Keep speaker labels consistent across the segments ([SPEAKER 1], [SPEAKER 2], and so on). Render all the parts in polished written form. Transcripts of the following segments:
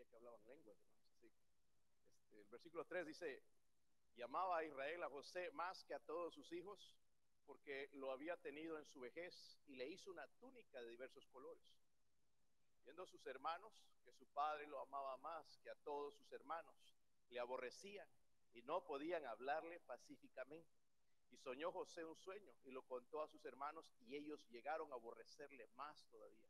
[SPEAKER 1] que hablaban lenguas, hermanos. El versículo 3 dice: y amaba a Israel a José más que a todos sus hijos, porque lo había tenido en su vejez, y le hizo una túnica de diversos colores. Viendo a sus hermanos que su padre lo amaba más que a todos sus hermanos, le aborrecían y no podían hablarle pacíficamente. Y soñó José un sueño y lo contó a sus hermanos, y ellos llegaron a aborrecerle más todavía.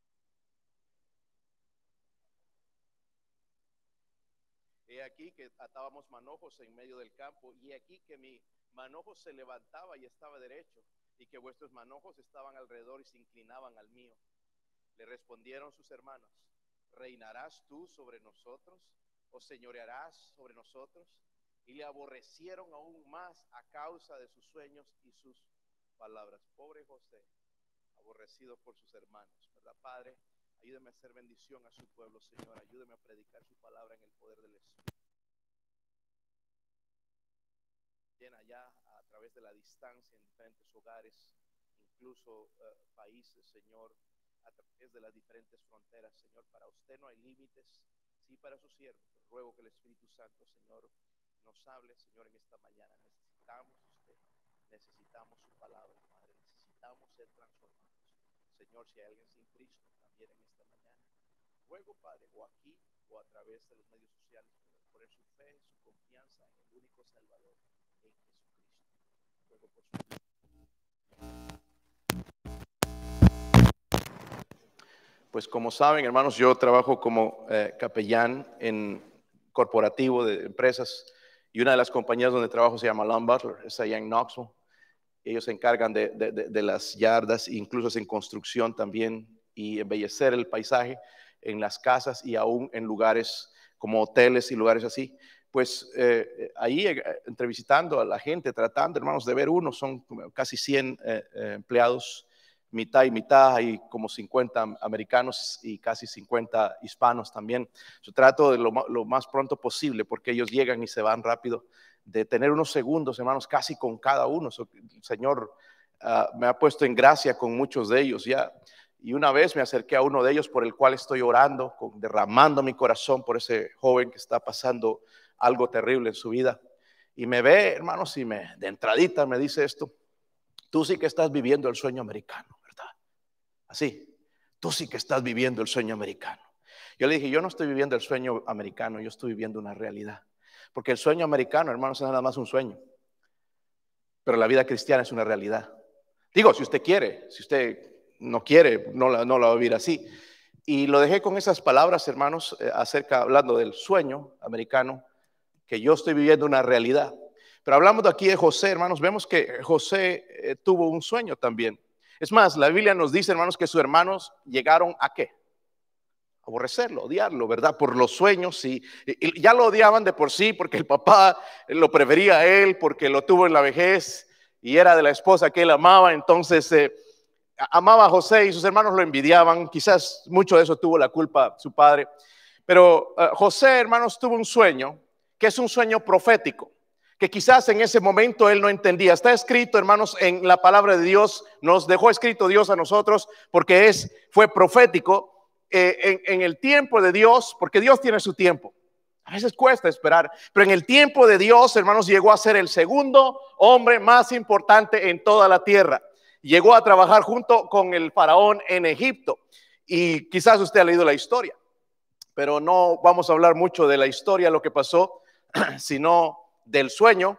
[SPEAKER 1] He aquí que atábamos manojos en medio del campo, y he aquí que mi manojo se levantaba y estaba derecho, y que vuestros manojos estaban alrededor y se inclinaban al mío. Le respondieron sus hermanos: ¿reinarás tú sobre nosotros, o señorearás sobre nosotros? Y le aborrecieron aún más a causa de sus sueños y sus palabras. Pobre José, aborrecido por sus hermanos, ¿verdad? Padre, ayúdeme a hacer bendición a su pueblo, Señor. Ayúdeme a predicar su palabra en el poder del Espíritu. Allá a través de la distancia en diferentes hogares, incluso países, Señor, a través de las diferentes fronteras, Señor. Para usted no hay límites, sí para sus siervos. Ruego que el Espíritu Santo, Señor, nos hable, Señor, en esta mañana. Necesitamos usted, necesitamos su palabra, Padre. Necesitamos ser transformados, Señor. Si hay alguien sin Cristo también en esta mañana, ruego, Padre, o aquí o a través de los medios sociales, poner su fe, su confianza en el único Salvador, en Jesucristo. Ruego por su vida. Pues como saben, hermanos, yo trabajo como capellán en corporativo de empresas, y una de las compañías donde trabajo se llama Lund Butler, es allá en Knoxville. Ellos se encargan de las yardas, incluso hacen construcción también y embellecer el paisaje en las casas y aún en lugares como hoteles y lugares así. Pues ahí entrevistando a la gente, tratando, hermanos, de ver uno, son casi 100 empleados, mitad y mitad, hay como 50 americanos y casi 50 hispanos también. Yo trato de lo más pronto posible, porque ellos llegan y se van rápido, de tener unos segundos, hermanos, casi con cada uno. El Señor me ha puesto en gracia con muchos de ellos ya. Y una vez me acerqué a uno de ellos por el cual estoy orando, derramando mi corazón por ese joven que está pasando algo terrible en su vida. Y me ve, hermanos, y de entradita me dice esto: tú sí que estás viviendo el sueño americano, ¿verdad? Así, tú sí que estás viviendo el sueño americano. Yo le dije: yo no estoy viviendo el sueño americano, yo estoy viviendo una realidad. Porque el sueño americano, hermanos, es nada más un sueño. Pero la vida cristiana es una realidad. Digo, si usted quiere, si usted no quiere, no la va a vivir así. Y lo dejé con esas palabras, hermanos, hablando del sueño americano, que yo estoy viviendo una realidad. Pero hablamos de aquí de José, hermanos, vemos que José tuvo un sueño también. Es más, la Biblia nos dice, hermanos, que sus hermanos llegaron ¿a qué? Aborrecerlo, odiarlo, ¿verdad? Por los sueños, y ya lo odiaban de por sí, porque el papá lo prefería a él, porque lo tuvo en la vejez y era de la esposa que él amaba. Entonces amaba a José y sus hermanos lo envidiaban. Quizás mucho de eso tuvo la culpa su padre. Pero José, hermanos, tuvo un sueño, que es un sueño profético, que quizás en ese momento él no entendía. Está escrito, hermanos, en la palabra de Dios. Nos dejó escrito Dios a nosotros, porque fue profético. En el tiempo de Dios, porque Dios tiene su tiempo. A veces cuesta esperar, pero en el tiempo de Dios, hermanos, llegó a ser el segundo hombre más importante en toda la tierra. Llegó a trabajar junto con el faraón en Egipto. Y quizás usted ha leído la historia, pero no vamos a hablar mucho de la historia, lo que pasó, sino del sueño.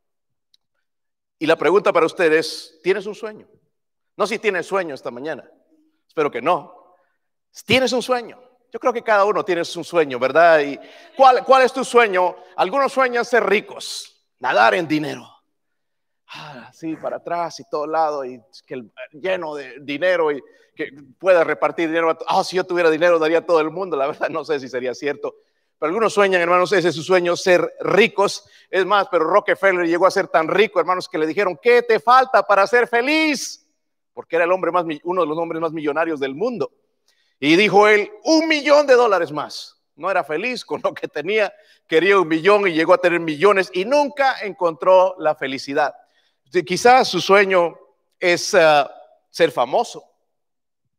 [SPEAKER 1] Y la pregunta para usted es: ¿tienes un sueño? No si tienes sueño esta mañana, espero que no. ¿Tienes un sueño? Yo creo que cada uno tiene un sueño, ¿verdad? ¿Y cuál es tu sueño? Algunos sueñan ser ricos, nadar en dinero. Sí, para atrás y todo lado, y lleno de dinero, y que pueda repartir dinero. Si yo tuviera dinero daría a todo el mundo. La verdad no sé si sería cierto, pero algunos sueñan, hermanos, ese es su sueño, ser ricos. Es más, pero Rockefeller llegó a ser tan rico, hermanos, que le dijeron: ¿qué te falta para ser feliz? Porque era uno de los hombres más millonarios del mundo. Y dijo él: $1 millón más. No era feliz con lo que tenía, quería 1 millón, y llegó a tener millones y nunca encontró la felicidad. Quizás su sueño es ser famoso.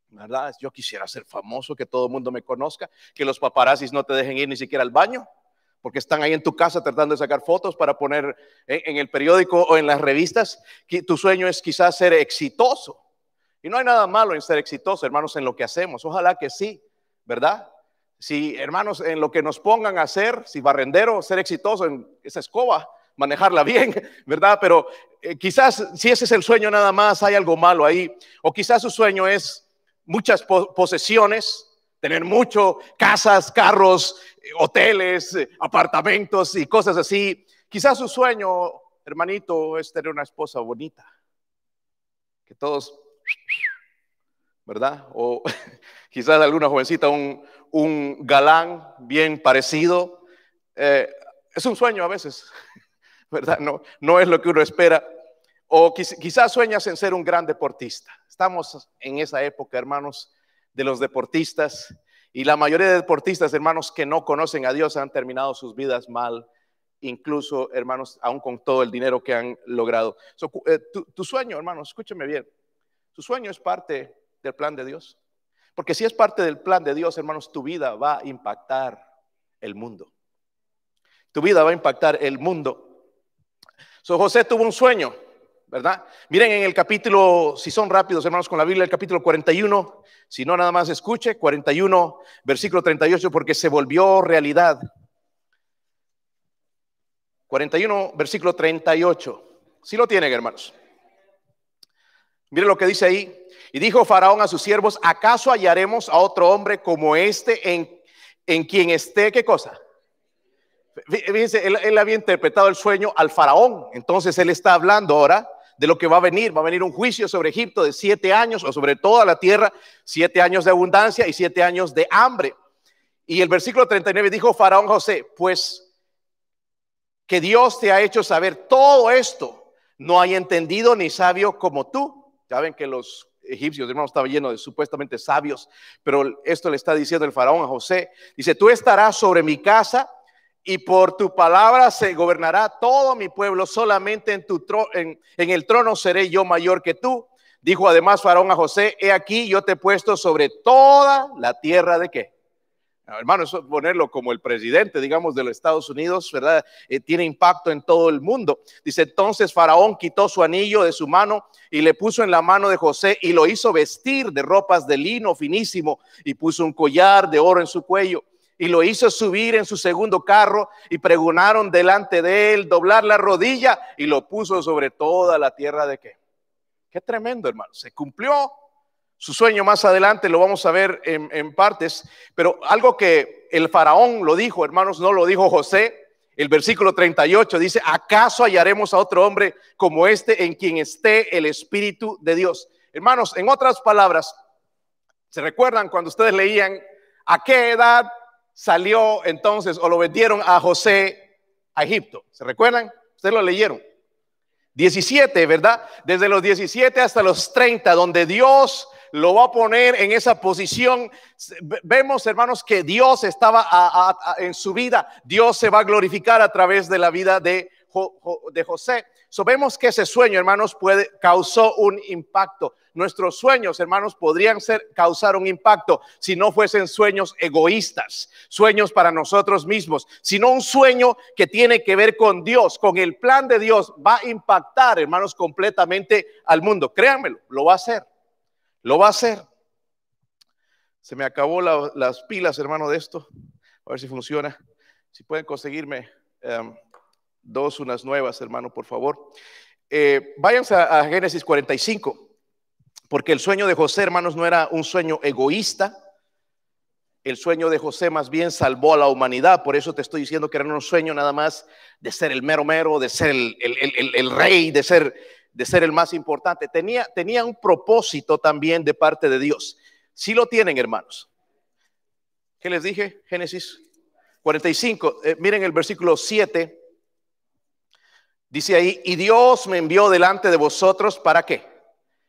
[SPEAKER 1] ¿verdad? Yo quisiera ser famoso, que todo el mundo me conozca, que los paparazzis no te dejen ir ni siquiera al baño, porque están ahí en tu casa tratando de sacar fotos para poner en el periódico o en las revistas. Tu sueño es quizás ser exitoso. Y no hay nada malo en ser exitoso, hermanos, en lo que hacemos. Ojalá que sí, ¿verdad? Si, hermanos, en lo que nos pongan a hacer, si barrendero, ser exitoso en esa escoba, manejarla bien, ¿verdad? Pero quizás si ese es el sueño nada más, hay algo malo ahí. O quizás su sueño es muchas posesiones, tener mucho, casas, carros, hoteles, apartamentos y cosas así. Quizás su sueño, hermanito, es tener una esposa bonita, que todos, ¿verdad? O quizás alguna jovencita, un galán bien parecido. Es un sueño a veces, ¿verdad? No es lo que uno espera. O quizás sueñas en ser un gran deportista. Estamos en esa época, hermanos, de los deportistas. Y la mayoría de deportistas, hermanos, que no conocen a Dios han terminado sus vidas mal. Incluso, hermanos, aún con todo el dinero que han logrado. Tu sueño, hermanos, escúcheme bien. Tu sueño es parte del plan de Dios. Porque si es parte del plan de Dios, hermanos, tu vida va a impactar el mundo. Tu vida va a impactar el mundo. José tuvo un sueño, ¿verdad? Miren en el capítulo, si son rápidos, hermanos, con la Biblia, el capítulo 41, si no, nada más escuche, 41, versículo 38, porque se volvió realidad. 41, versículo 38. ¿Sí lo tienen, hermanos? Miren lo que dice ahí. Y dijo Faraón a sus siervos: ¿acaso hallaremos a otro hombre como este en quien esté, ¿qué cosa? Fíjense, él había interpretado el sueño al faraón. Entonces él está hablando ahora de lo que va a venir. Va a venir un juicio sobre Egipto de 7 años, o sobre toda la tierra, 7 años de abundancia y 7 años de hambre. Y el versículo 39 dijo Faraón a José: pues que Dios te ha hecho saber todo esto, no hay entendido ni sabio como tú. Ya ven que los egipcios, hermanos, estaban llenos de supuestamente sabios, pero esto le está diciendo el faraón a José. Dice: tú estarás sobre mi casa y por tu palabra se gobernará todo mi pueblo. Solamente en el trono seré yo mayor que tú. Dijo además Faraón a José: he aquí yo te he puesto sobre toda la tierra de ¿qué? Hermano, eso ponerlo como el presidente, digamos, de los Estados Unidos, ¿verdad? Tiene impacto en todo el mundo. Dice: entonces Faraón quitó su anillo de su mano y le puso en la mano de José y lo hizo vestir de ropas de lino finísimo y puso un collar de oro en su cuello y lo hizo subir en su segundo carro y pregonaron delante de él doblar la rodilla y lo puso sobre toda la tierra de ¿qué? Qué tremendo, hermano. Se cumplió su sueño. Más adelante lo vamos a ver en partes, pero algo que el faraón lo dijo, hermanos, no lo dijo José. El versículo 38 dice: ¿acaso hallaremos a otro hombre como este en quien esté el Espíritu de Dios? Hermanos, en otras palabras, ¿se recuerdan cuando ustedes leían a qué edad salió entonces o lo vendieron a José a Egipto? ¿Se recuerdan? Ustedes lo leyeron. 17, ¿verdad? Desde los 17 hasta los 30, donde Dios lo va a poner en esa posición. Vemos, hermanos, que Dios estaba en su vida. Dios se va a glorificar a través de la vida de José. Vemos que ese sueño, hermanos, causó un impacto. Nuestros sueños, hermanos, podrían causar un impacto si no fuesen sueños egoístas, sueños para nosotros mismos, sino un sueño que tiene que ver con Dios, con el plan de Dios. Va a impactar, hermanos, completamente al mundo. Créanmelo, lo va a hacer. Lo va a hacer. Se me acabó las pilas, hermano, de esto. A ver si funciona. Si pueden conseguirme unas nuevas, hermano, por favor. Váyanse a Génesis 45, porque el sueño de José, hermanos, no era un sueño egoísta. El sueño de José más bien salvó a la humanidad. Por eso te estoy diciendo que era un sueño nada más de ser el mero mero, de ser el rey, de ser el más importante. Tenía un propósito también de parte de Dios. Sí lo tienen, hermanos. ¿Qué les dije? Génesis 45. Miren el versículo 7. Dice ahí: y Dios me envió delante de vosotros ¿para qué?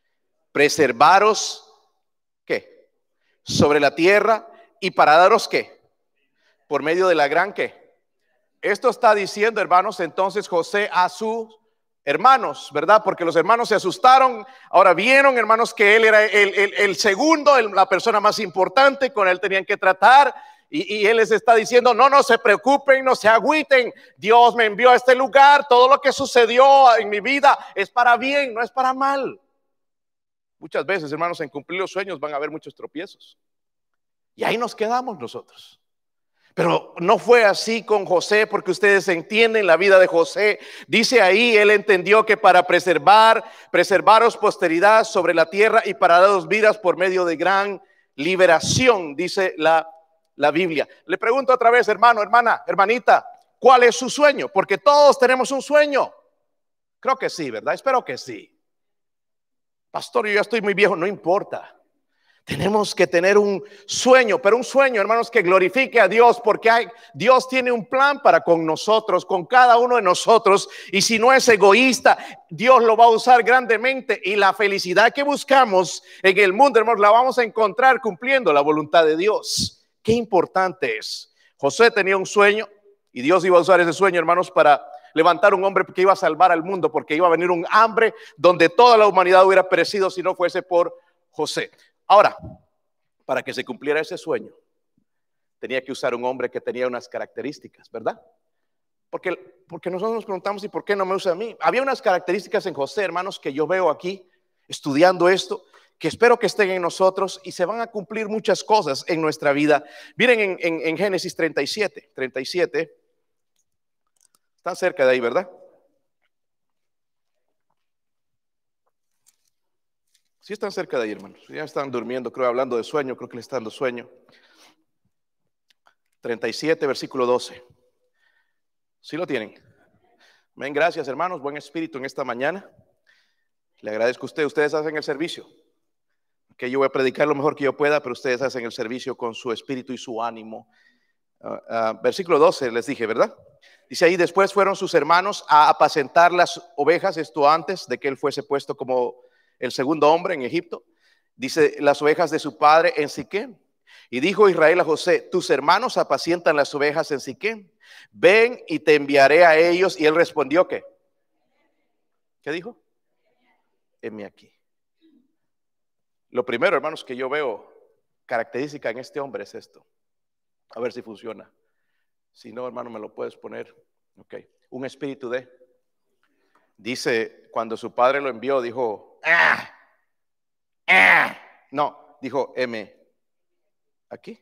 [SPEAKER 1] Preservaros ¿qué? Sobre la tierra y para daros ¿qué? Por medio de la gran ¿qué? Esto está diciendo, hermanos, entonces José a sus hermanos, ¿verdad? Porque los hermanos se asustaron. Ahora vieron, hermanos, que él era el segundo, la persona más importante, con él tenían que tratar. Y él les está diciendo, no se preocupen, no se agüiten. Dios me envió a este lugar. Todo lo que sucedió en mi vida es para bien, no es para mal. Muchas veces, hermanos, en cumplir los sueños van a haber muchos tropiezos. Y ahí nos quedamos nosotros. Pero no fue así con José, porque ustedes entienden la vida de José. Dice ahí, él entendió que para preservaros posteridad sobre la tierra y para daros vidas por medio de gran liberación, dice la Biblia. Le pregunto otra vez, hermano, hermana, hermanita, ¿cuál es su sueño? Porque todos tenemos un sueño. Creo que sí, ¿verdad? Espero que sí. Pastor, yo ya estoy muy viejo, no importa. Tenemos que tener un sueño, pero un sueño, hermanos, que glorifique a Dios, porque Dios tiene un plan para con nosotros, con cada uno de nosotros, y si no es egoísta, Dios lo va a usar grandemente, y la felicidad que buscamos en el mundo, hermanos, la vamos a encontrar cumpliendo la voluntad de Dios. Qué importante es. José tenía un sueño, y Dios iba a usar ese sueño, hermanos, para levantar un hombre que iba a salvar al mundo, porque iba a venir un hambre donde toda la humanidad hubiera perecido si no fuese por José. Ahora, para que se cumpliera ese sueño, tenía que usar un hombre que tenía unas características, ¿verdad? Porque nosotros nos preguntamos, ¿y por qué no me usa a mí? Había unas características en José, hermanos, que yo veo aquí, estudiando esto, que espero que estén en nosotros, y se van a cumplir muchas cosas en nuestra vida. Miren en Génesis 37, están cerca de ahí, ¿verdad? Sí están cerca de ahí, hermanos. Ya están durmiendo, creo, hablando de sueño. Creo que les está dando sueño. 37, versículo 12. ¿Sí lo tienen? Ven, gracias, hermanos. Buen espíritu en esta mañana. Le agradezco a ustedes. Ustedes hacen el servicio. Que yo voy a predicar lo mejor que yo pueda, pero ustedes hacen el servicio con su espíritu y su ánimo. Versículo 12 les dije, ¿verdad? Dice ahí, después fueron sus hermanos a apacentar las ovejas, esto antes de que él fuese puesto como el segundo hombre en Egipto. Dice, las ovejas de su padre en Siquem. Y dijo Israel a José, tus hermanos apacientan las ovejas en Siquem. Ven y te enviaré a ellos. Y él respondió, ¿qué? ¿Qué dijo? Heme aquí. Lo primero, hermanos, que yo veo característica en este hombre es esto. A ver si funciona. Si no, hermano, me lo puedes poner. Ok. Un espíritu de. Dice, cuando su padre lo envió, dijo, no, dijo, heme aquí.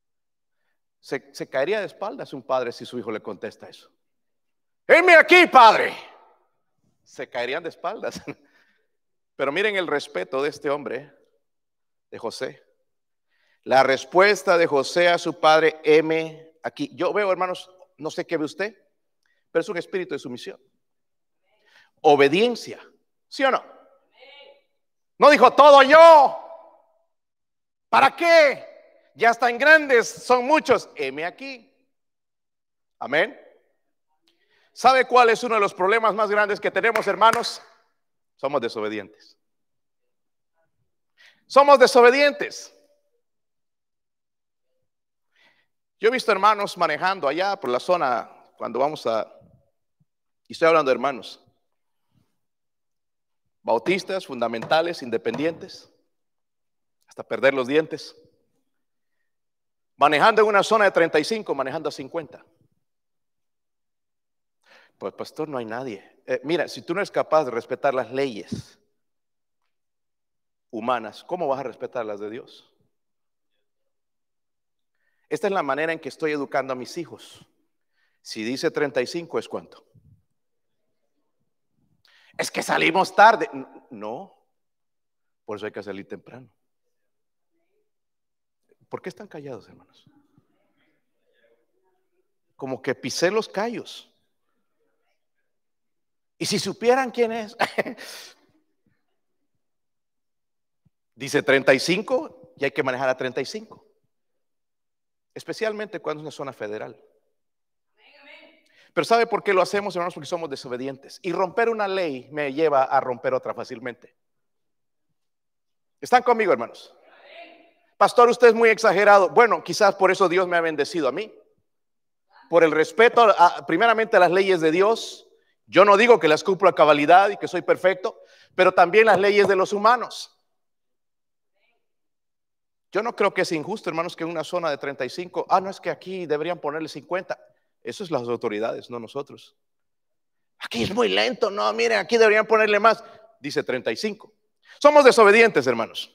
[SPEAKER 1] Se caería de espaldas un padre si su hijo le contesta eso. Heme aquí, padre. Se caerían de espaldas. Pero miren el respeto de este hombre, de José. La respuesta de José a su padre, heme aquí. Yo veo, hermanos, no sé qué ve usted, pero es un espíritu de sumisión. Obediencia, ¿sí o no? No dijo todo yo. ¿Para qué? Ya están grandes, son muchos. Heme aquí. Amén. ¿Sabe cuál es uno de los problemas más grandes que tenemos, hermanos? Somos desobedientes. Somos desobedientes. Yo he visto hermanos manejando allá por la zona cuando vamos y estoy hablando de hermanos bautistas, fundamentales, independientes, hasta perder los dientes, manejando en una zona de 35, manejando a 50. Pues pastor, no hay nadie. Mira, si tú no eres capaz de respetar las leyes humanas, ¿cómo vas a respetar las de Dios? Esta es la manera en que estoy educando a mis hijos. Si dice 35, ¿es cuánto? Es que salimos tarde. No, por eso hay que salir temprano. ¿Por qué están callados, hermanos? Como que pisé los callos. Y si supieran quién es. Dice 35 y hay que manejar a 35. Especialmente cuando es una zona federal. Pero ¿sabe por qué lo hacemos, hermanos? Porque somos desobedientes. Y romper una ley me lleva a romper otra fácilmente. ¿Están conmigo, hermanos? Pastor, usted es muy exagerado. Bueno, quizás por eso Dios me ha bendecido a mí. Por el respeto primeramente a las leyes de Dios. Yo no digo que las cumplo a cabalidad y que soy perfecto, pero también las leyes de los humanos. Yo no creo que es injusto, hermanos, que en una zona de 35, no es que aquí deberían ponerle 50. Eso es las autoridades, no nosotros. Aquí es muy lento, no, miren, aquí deberían ponerle más. Dice 35. Somos desobedientes, hermanos.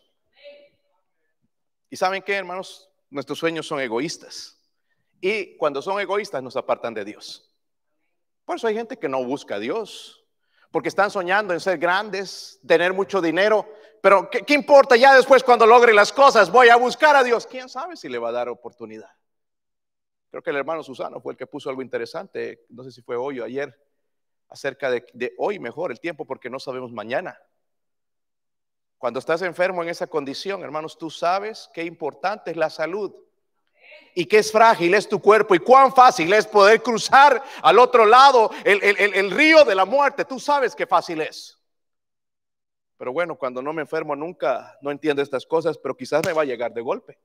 [SPEAKER 1] ¿Y saben qué, hermanos? Nuestros sueños son egoístas. Y cuando son egoístas nos apartan de Dios. Por eso hay gente que no busca a Dios, porque están soñando en ser grandes, tener mucho dinero. Pero ¿qué importa? Ya después, cuando logre las cosas, voy a buscar a Dios. ¿Quién sabe si le va a dar oportunidad? Creo que el hermano Susano fue el que puso algo interesante, no sé si fue hoy o ayer, acerca de hoy mejor el tiempo, porque no sabemos mañana. Cuando estás enfermo en esa condición, hermanos, tú sabes qué importante es la salud y qué es frágil es tu cuerpo y cuán fácil es poder cruzar al otro lado el río de la muerte. Tú sabes qué fácil es. Pero bueno, cuando no me enfermo nunca no entiendo estas cosas, pero quizás me va a llegar de golpe.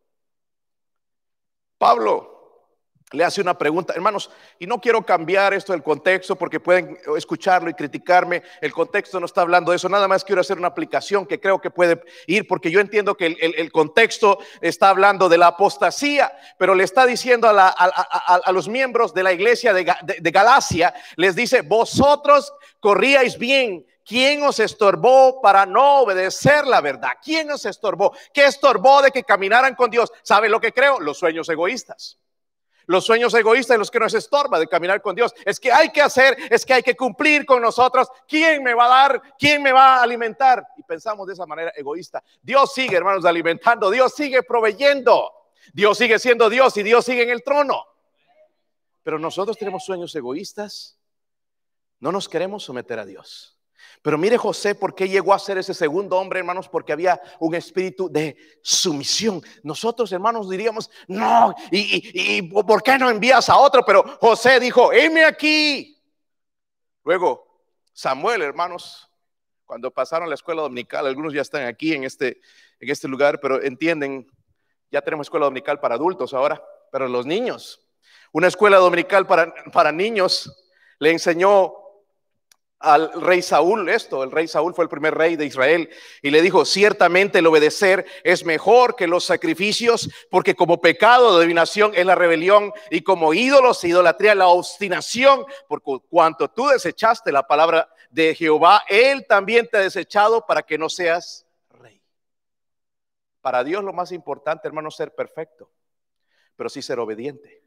[SPEAKER 1] Pablo le hace una pregunta, hermanos, y no quiero cambiar esto del contexto porque pueden escucharlo y criticarme. El contexto no está hablando de eso, nada más quiero hacer una aplicación que creo que puede ir, porque yo entiendo que el contexto está hablando de la apostasía, pero le está diciendo a los miembros de la iglesia de Galacia, les dice: vosotros corríais bien. ¿Quién os estorbó para no obedecer la verdad? ¿Quién os estorbó? ¿Qué estorbó de que caminaran con Dios? ¿Sabe lo que creo? Los sueños egoístas. Los sueños egoístas y los que nos estorba de caminar con Dios. Es que hay que hacer, es que hay que cumplir con nosotros. ¿Quién me va a dar? ¿Quién me va a alimentar? Y pensamos de esa manera egoísta. Dios sigue, hermanos, alimentando. Dios sigue proveyendo. Dios sigue siendo Dios y Dios sigue en el trono. Pero nosotros tenemos sueños egoístas. No nos queremos someter a Dios. Pero mire José, ¿por qué llegó a ser ese segundo hombre, hermanos? Porque había un espíritu de sumisión. Nosotros, hermanos, diríamos: no, y ¿por qué no envías a otro? Pero José dijo: heme aquí. Luego Samuel, hermanos, cuando pasaron la escuela dominical, algunos ya están aquí en este lugar, pero entienden, ya tenemos escuela dominical para adultos ahora, pero los niños, una escuela dominical para niños, le enseñó al rey Saúl esto. El rey Saúl fue el primer rey de Israel y le dijo: ciertamente el obedecer es mejor que los sacrificios, porque como pecado de adivinación es la rebelión, y como ídolos e idolatría la obstinación. Por cuanto tú desechaste la palabra de Jehová, él también te ha desechado para que no seas rey. Para Dios lo más importante, hermano, es ser perfecto, pero sí ser obediente.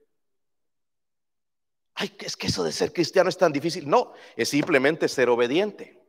[SPEAKER 1] Ay, es que eso de ser cristiano es tan difícil. No, es simplemente ser obediente.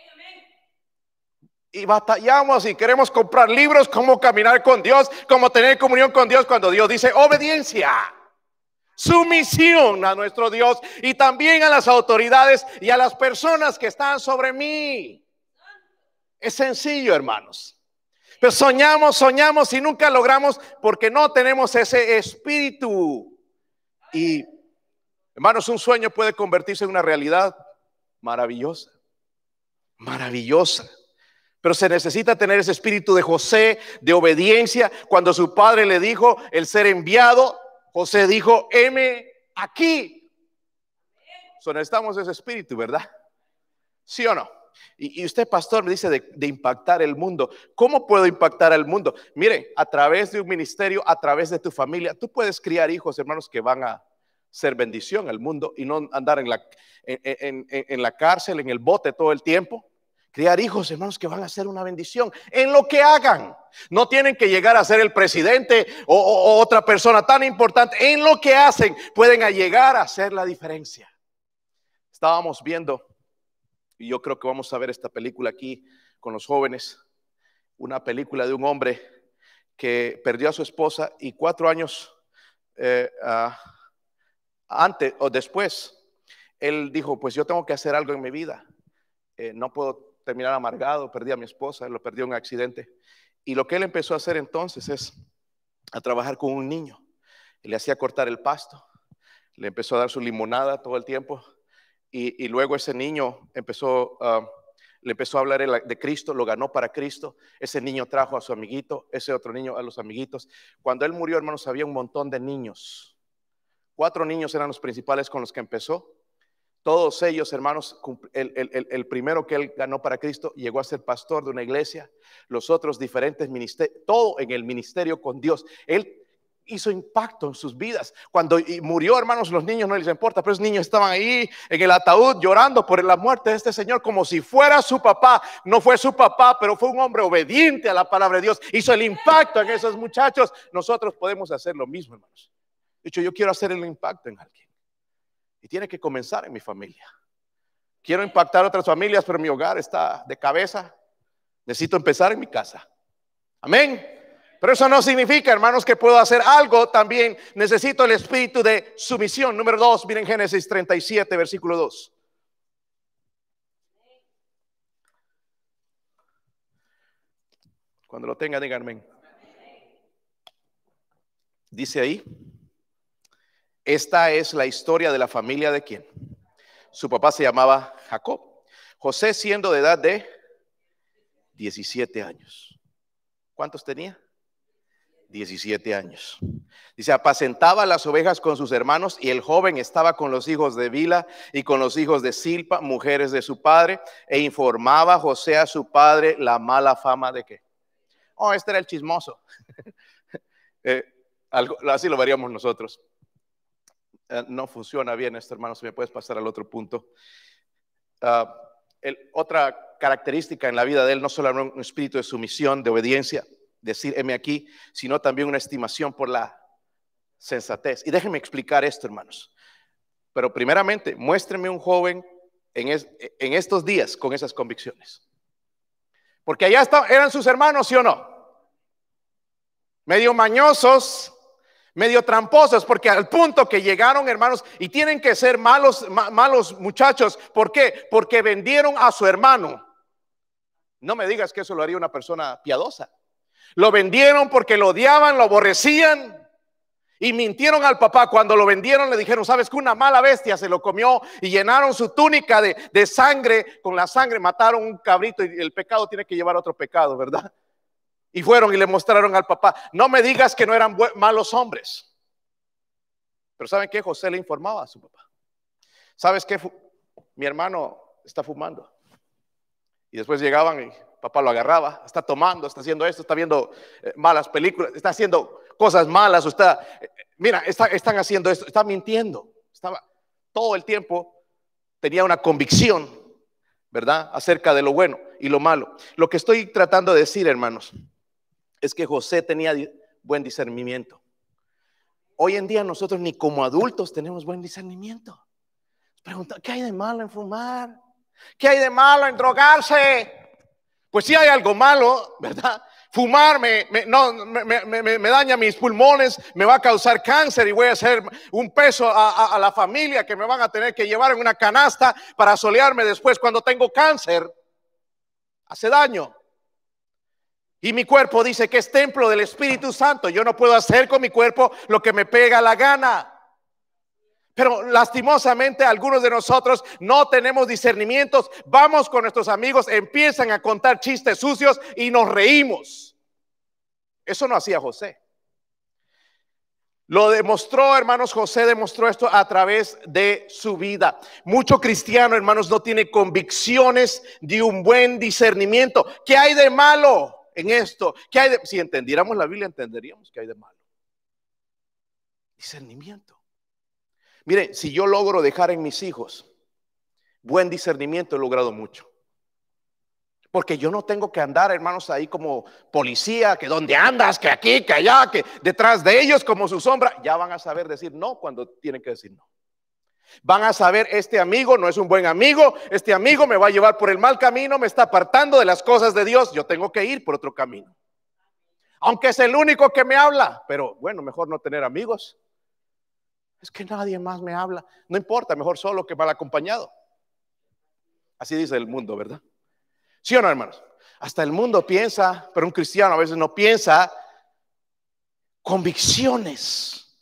[SPEAKER 1] Y batallamos y queremos comprar libros, cómo caminar con Dios, cómo tener comunión con Dios, cuando Dios dice obediencia, sumisión a nuestro Dios y también a las autoridades y a las personas que están sobre mí. Es sencillo, hermanos. Pero soñamos y nunca logramos porque no tenemos ese espíritu. Y hermanos, un sueño puede convertirse en una realidad maravillosa, maravillosa. Pero se necesita tener ese espíritu de José, de obediencia. Cuando su padre le dijo el ser enviado, José dijo: heme aquí. Necesitamos ese espíritu, ¿verdad? ¿Sí o no? Y usted, pastor, me dice de impactar el mundo. ¿Cómo puedo impactar al mundo? Mire, a través de un ministerio, a través de tu familia, tú puedes criar hijos, hermanos, que van a ser bendición al mundo y no andar en la cárcel, en el bote todo el tiempo. Criar hijos, hermanos, que van a ser una bendición en lo que hagan. No tienen que llegar a ser el presidente o otra persona tan importante. En lo que hacen pueden llegar a hacer la diferencia. Estábamos viendo, y yo creo que vamos a ver esta película aquí con los jóvenes, una película de un hombre que perdió a su esposa y 4 años antes o después, él dijo: pues yo tengo que hacer algo en mi vida. No puedo terminar amargado. Perdí a mi esposa, lo perdió en un accidente. Y lo que él empezó a hacer entonces es a trabajar con un niño. Le hacía cortar el pasto, le empezó a dar su limonada todo el tiempo. Y luego ese niño le empezó a hablar de Cristo, lo ganó para Cristo. Ese niño trajo a su amiguito, ese otro niño a los amiguitos. Cuando él murió, hermanos, había un montón de niños. 4 niños eran los principales con los que empezó. Todos ellos, hermanos, el primero que él ganó para Cristo llegó a ser pastor de una iglesia, los otros diferentes ministerios, todo en el ministerio con Dios. Él hizo impacto en sus vidas. Cuando murió, hermanos, los niños no les importa, pero esos niños estaban ahí en el ataúd llorando por la muerte de este señor como si fuera su papá. No fue su papá, pero fue un hombre obediente a la palabra de Dios. Hizo el impacto en esos muchachos. Nosotros podemos hacer lo mismo, hermanos. De hecho, yo quiero hacer el impacto en alguien. Y tiene que comenzar en mi familia. Quiero impactar a otras familias, pero mi hogar está de cabeza. Necesito empezar en mi casa. Amén. Pero eso no significa, hermanos, que puedo hacer algo. También necesito el espíritu de sumisión. Número 2, miren Génesis 37, versículo 2. Cuando lo tengan, díganme. Dice ahí: esta es la historia de la familia de quién. Su papá se llamaba Jacob. José, siendo de edad de 17 años. ¿Cuántos tenía? 17 años. Dice: apacentaba las ovejas con sus hermanos, y el joven estaba con los hijos de Bila y con los hijos de Silpa, mujeres de su padre, e informaba a José a su padre la mala fama de qué. Oh, este era el chismoso. Así lo veríamos nosotros. No funciona bien esto, hermanos. Si me puedes pasar al otro punto. Otra característica en la vida de él, no solo un espíritu de sumisión, de obediencia, decir heme aquí, sino también una estimación por la sensatez. Y déjenme explicar esto, hermanos. Pero primeramente, muéstrenme un joven en estos días con esas convicciones. Porque allá eran sus hermanos, ¿sí o no? Medio mañosos, medio tramposos, porque al punto que llegaron, hermanos, y tienen que ser malos muchachos. ¿Por qué? Porque vendieron a su hermano. No me digas que eso lo haría una persona piadosa. Lo vendieron porque lo odiaban, lo aborrecían, y mintieron al papá. Cuando lo vendieron le dijeron: sabes que una mala bestia se lo comió, y llenaron su túnica de sangre. Con la sangre mataron un cabrito, y el pecado tiene que llevar otro pecado, ¿verdad? Y fueron y le mostraron al papá. No me digas que no eran malos hombres. Pero ¿saben qué? José le informaba a su papá: ¿sabes qué? Mi hermano está fumando. Y después llegaban y papá lo agarraba. Está tomando, está haciendo esto, está viendo malas películas, está haciendo cosas malas. Están haciendo esto, está mintiendo. Estaba todo el tiempo, tenía una convicción, ¿verdad?, acerca de lo bueno y lo malo. Lo que estoy tratando de decir, hermanos, es que José tenía buen discernimiento. Hoy en día nosotros ni como adultos tenemos buen discernimiento. Pregunta: ¿qué hay de malo en fumar? ¿Qué hay de malo en drogarse? Pues sí hay algo malo, ¿verdad? Fumar me daña mis pulmones, me va a causar cáncer, y voy a hacer un peso a la familia que me van a tener que llevar en una canasta para solearme después cuando tengo cáncer. Hace daño. Y mi cuerpo dice que es templo del Espíritu Santo. Yo no puedo hacer con mi cuerpo lo que me pega la gana. Pero lastimosamente algunos de nosotros no tenemos discernimientos. Vamos con nuestros amigos, empiezan a contar chistes sucios y nos reímos. Eso no hacía José. Lo demostró, hermanos. José demostró esto a través de su vida. Mucho cristiano, hermanos, no tiene convicciones de un buen discernimiento. ¿Qué hay de malo en esto? Si entendiéramos la Biblia, entenderíamos que hay de malo. Discernimiento. Mire, si yo logro dejar en mis hijos buen discernimiento, he logrado mucho. Porque yo no tengo que andar, hermanos, ahí como policía, que dónde andas, que aquí, que allá, que detrás de ellos como su sombra. Ya van a saber decir no cuando tienen que decir no. Van a saber: este amigo no es un buen amigo, este amigo me va a llevar por el mal camino, me está apartando de las cosas de Dios. Yo tengo que ir por otro camino. Aunque es el único que me habla, pero bueno, mejor no tener amigos. Es que nadie más me habla. No importa, mejor solo que mal acompañado. Así dice el mundo, ¿verdad? ¿Sí o no, hermanos? Hasta el mundo piensa, pero un cristiano a veces no piensa. Convicciones.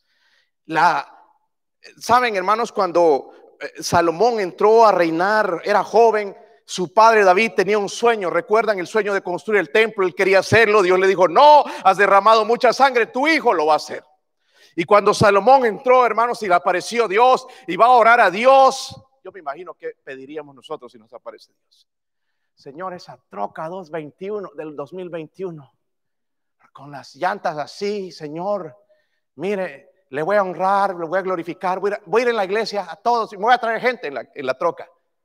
[SPEAKER 1] Saben, hermanos, cuando Salomón entró a reinar, era joven. Su padre David tenía un sueño. ¿Recuerdan el sueño de construir el templo? Él quería hacerlo. Dios le dijo: no, has derramado mucha sangre, tu hijo lo va a hacer. Y cuando Salomón entró, hermanos, y le apareció Dios y va a orar a Dios, yo me imagino que pediríamos nosotros si nos aparece Dios. Señor, esa troca 221 del 2021, con las llantas así, Señor, mire, le voy a honrar, le voy a glorificar, voy a ir en la iglesia a todos y me voy a traer gente en la troca.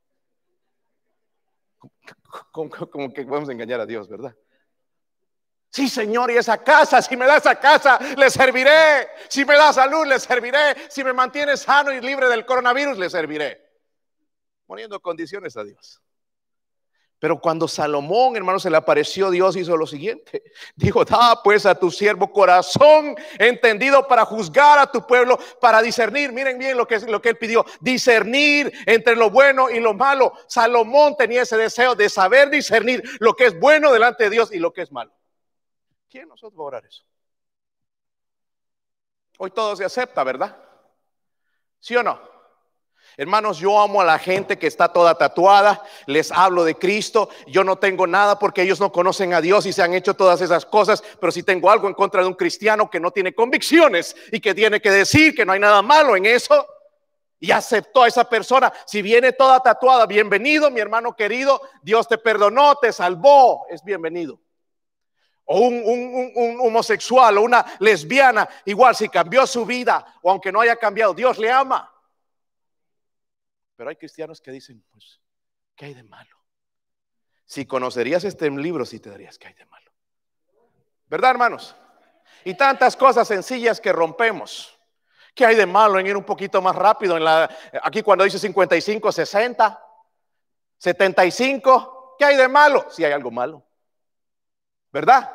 [SPEAKER 1] Como que podemos engañar a Dios, ¿verdad? Sí, Señor, y esa casa, si me da esa casa, le serviré. Si me da salud, le serviré. Si me mantiene sano y libre del coronavirus, le serviré. Poniendo condiciones a Dios. Pero cuando Salomón, hermano, se le apareció, Dios hizo lo siguiente. Dijo, da pues a tu siervo corazón entendido para juzgar a tu pueblo, para discernir. Miren bien lo que él pidió, discernir entre lo bueno y lo malo. Salomón tenía ese deseo de saber discernir lo que es bueno delante de Dios y lo que es malo. ¿Quién nosotros va a orar eso? Hoy todo se acepta, ¿verdad? ¿Sí o no? Hermanos, yo amo a la gente que está toda tatuada, les hablo de Cristo, yo no tengo nada porque ellos no conocen a Dios y se han hecho todas esas cosas, pero si tengo algo en contra de un cristiano que no tiene convicciones y que tiene que decir que no hay nada malo en eso, y aceptó a esa persona. Si viene toda tatuada, bienvenido, mi hermano querido, Dios te perdonó, te salvó, es bienvenido. O un homosexual o una lesbiana, igual si cambió su vida o aunque no haya cambiado, Dios le ama. Pero hay cristianos que dicen, pues, ¿qué hay de malo? Si conocerías este libro, sí te darías ¿qué hay de malo? ¿Verdad, hermanos? Y tantas cosas sencillas que rompemos. ¿Qué hay de malo en ir un poquito más rápido? Aquí cuando dice 55, 60, 75, ¿qué hay de malo? Sí hay algo malo, ¿verdad?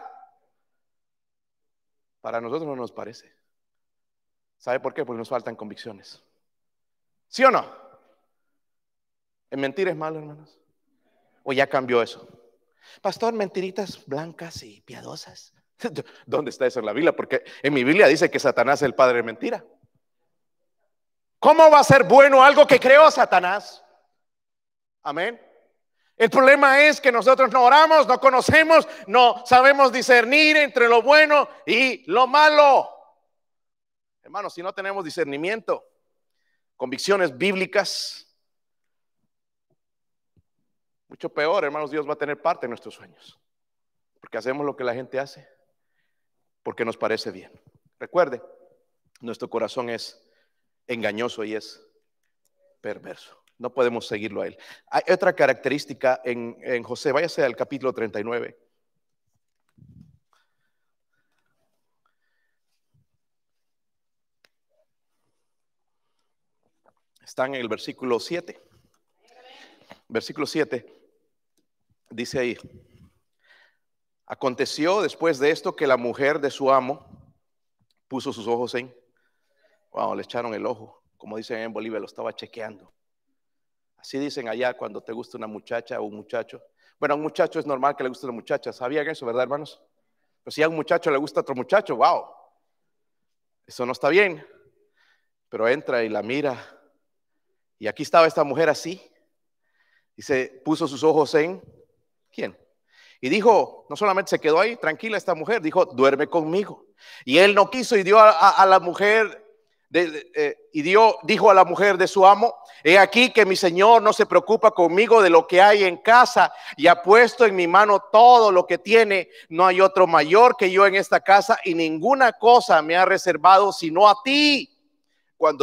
[SPEAKER 1] Para nosotros no nos parece. ¿Sabe por qué? Porque nos faltan convicciones. ¿Sí o no? ¿En mentir es malo, hermanos? ¿O ya cambió eso? Pastor, mentiritas blancas y piadosas. ¿Dónde está eso en la Biblia? Porque en mi Biblia dice que Satanás es el padre de mentira. ¿Cómo va a ser bueno algo que creó Satanás? Amén. El problema es que nosotros no oramos, no conocemos, no sabemos discernir entre lo bueno y lo malo. Hermanos, si no tenemos discernimiento, convicciones bíblicas, mucho peor, hermanos, Dios va a tener parte en nuestros sueños. Porque hacemos lo que la gente hace, porque nos parece bien. Recuerde, nuestro corazón es engañoso y es perverso. No podemos seguirlo a él. Hay otra característica en José. Váyase al capítulo 39. Están en el versículo 7. Versículo 7 dice ahí: aconteció después de esto que la mujer de su amo puso sus ojos en, le echaron el ojo, como dicen en Bolivia, lo estaba chequeando. Así dicen allá cuando te gusta una muchacha o un muchacho. Bueno, a un muchacho es normal que le guste una muchacha. ¿Sabían eso, verdad, hermanos? Pero si a un muchacho le gusta a otro muchacho, wow, eso no está bien. Pero entra y la mira. Y aquí estaba esta mujer así. Y se puso sus ojos en ¿quién? Y dijo, no solamente se quedó ahí tranquila esta mujer, dijo, duerme conmigo. Y él no quiso y dio a la mujer dijo a la mujer de su amo: he aquí que mi señor no se preocupa conmigo de lo que hay en casa, y ha puesto en mi mano todo lo que tiene. No hay otro mayor que yo en esta casa, y ninguna cosa me ha reservado sino a ti. Por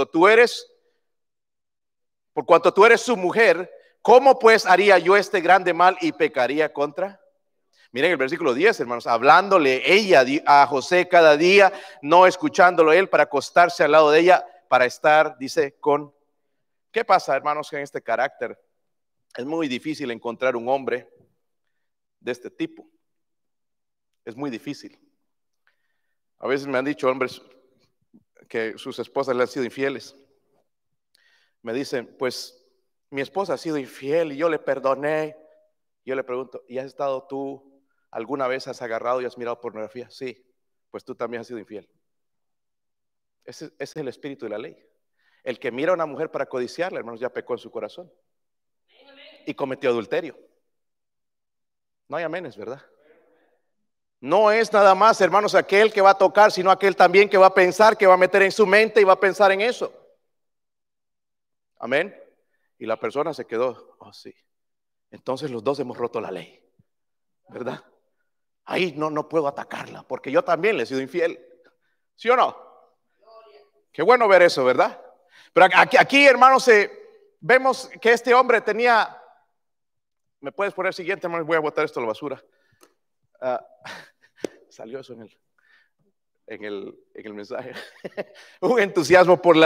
[SPEAKER 1] cuanto tú eres su mujer, ¿cómo pues haría yo este grande mal y pecaría contra? Miren el versículo 10, hermanos, hablándole ella a José cada día, no escuchándolo él, para acostarse al lado de ella, para estar, dice, con... ¿Qué pasa, hermanos, que en este carácter es muy difícil encontrar un hombre de este tipo? Es muy difícil. A veces me han dicho hombres que sus esposas le han sido infieles. Me dicen, pues mi esposa ha sido infiel y yo le perdoné. Yo le pregunto, ¿y has estado tú alguna vez, has agarrado y has mirado pornografía? Sí, pues tú también has sido infiel. Ese es el espíritu de la ley. El que mira a una mujer para codiciarla, hermanos, ya pecó en su corazón y cometió adulterio. No hay aménes, ¿verdad? No es nada más, hermanos, aquel que va a tocar, sino aquel también que va a pensar, que va a meter en su mente y va a pensar en eso. Amén. Y la persona se quedó, oh sí. Entonces los dos hemos roto la ley, ¿verdad? Ahí no puedo atacarla, porque yo también le he sido infiel. ¿Sí o no? Qué bueno ver eso, ¿verdad? Pero aquí hermanos, vemos que este hombre tenía. ¿Me puedes poner siguiente, hermanos? Voy a botar esto a la basura. Ah, salió eso en el mensaje. Un entusiasmo por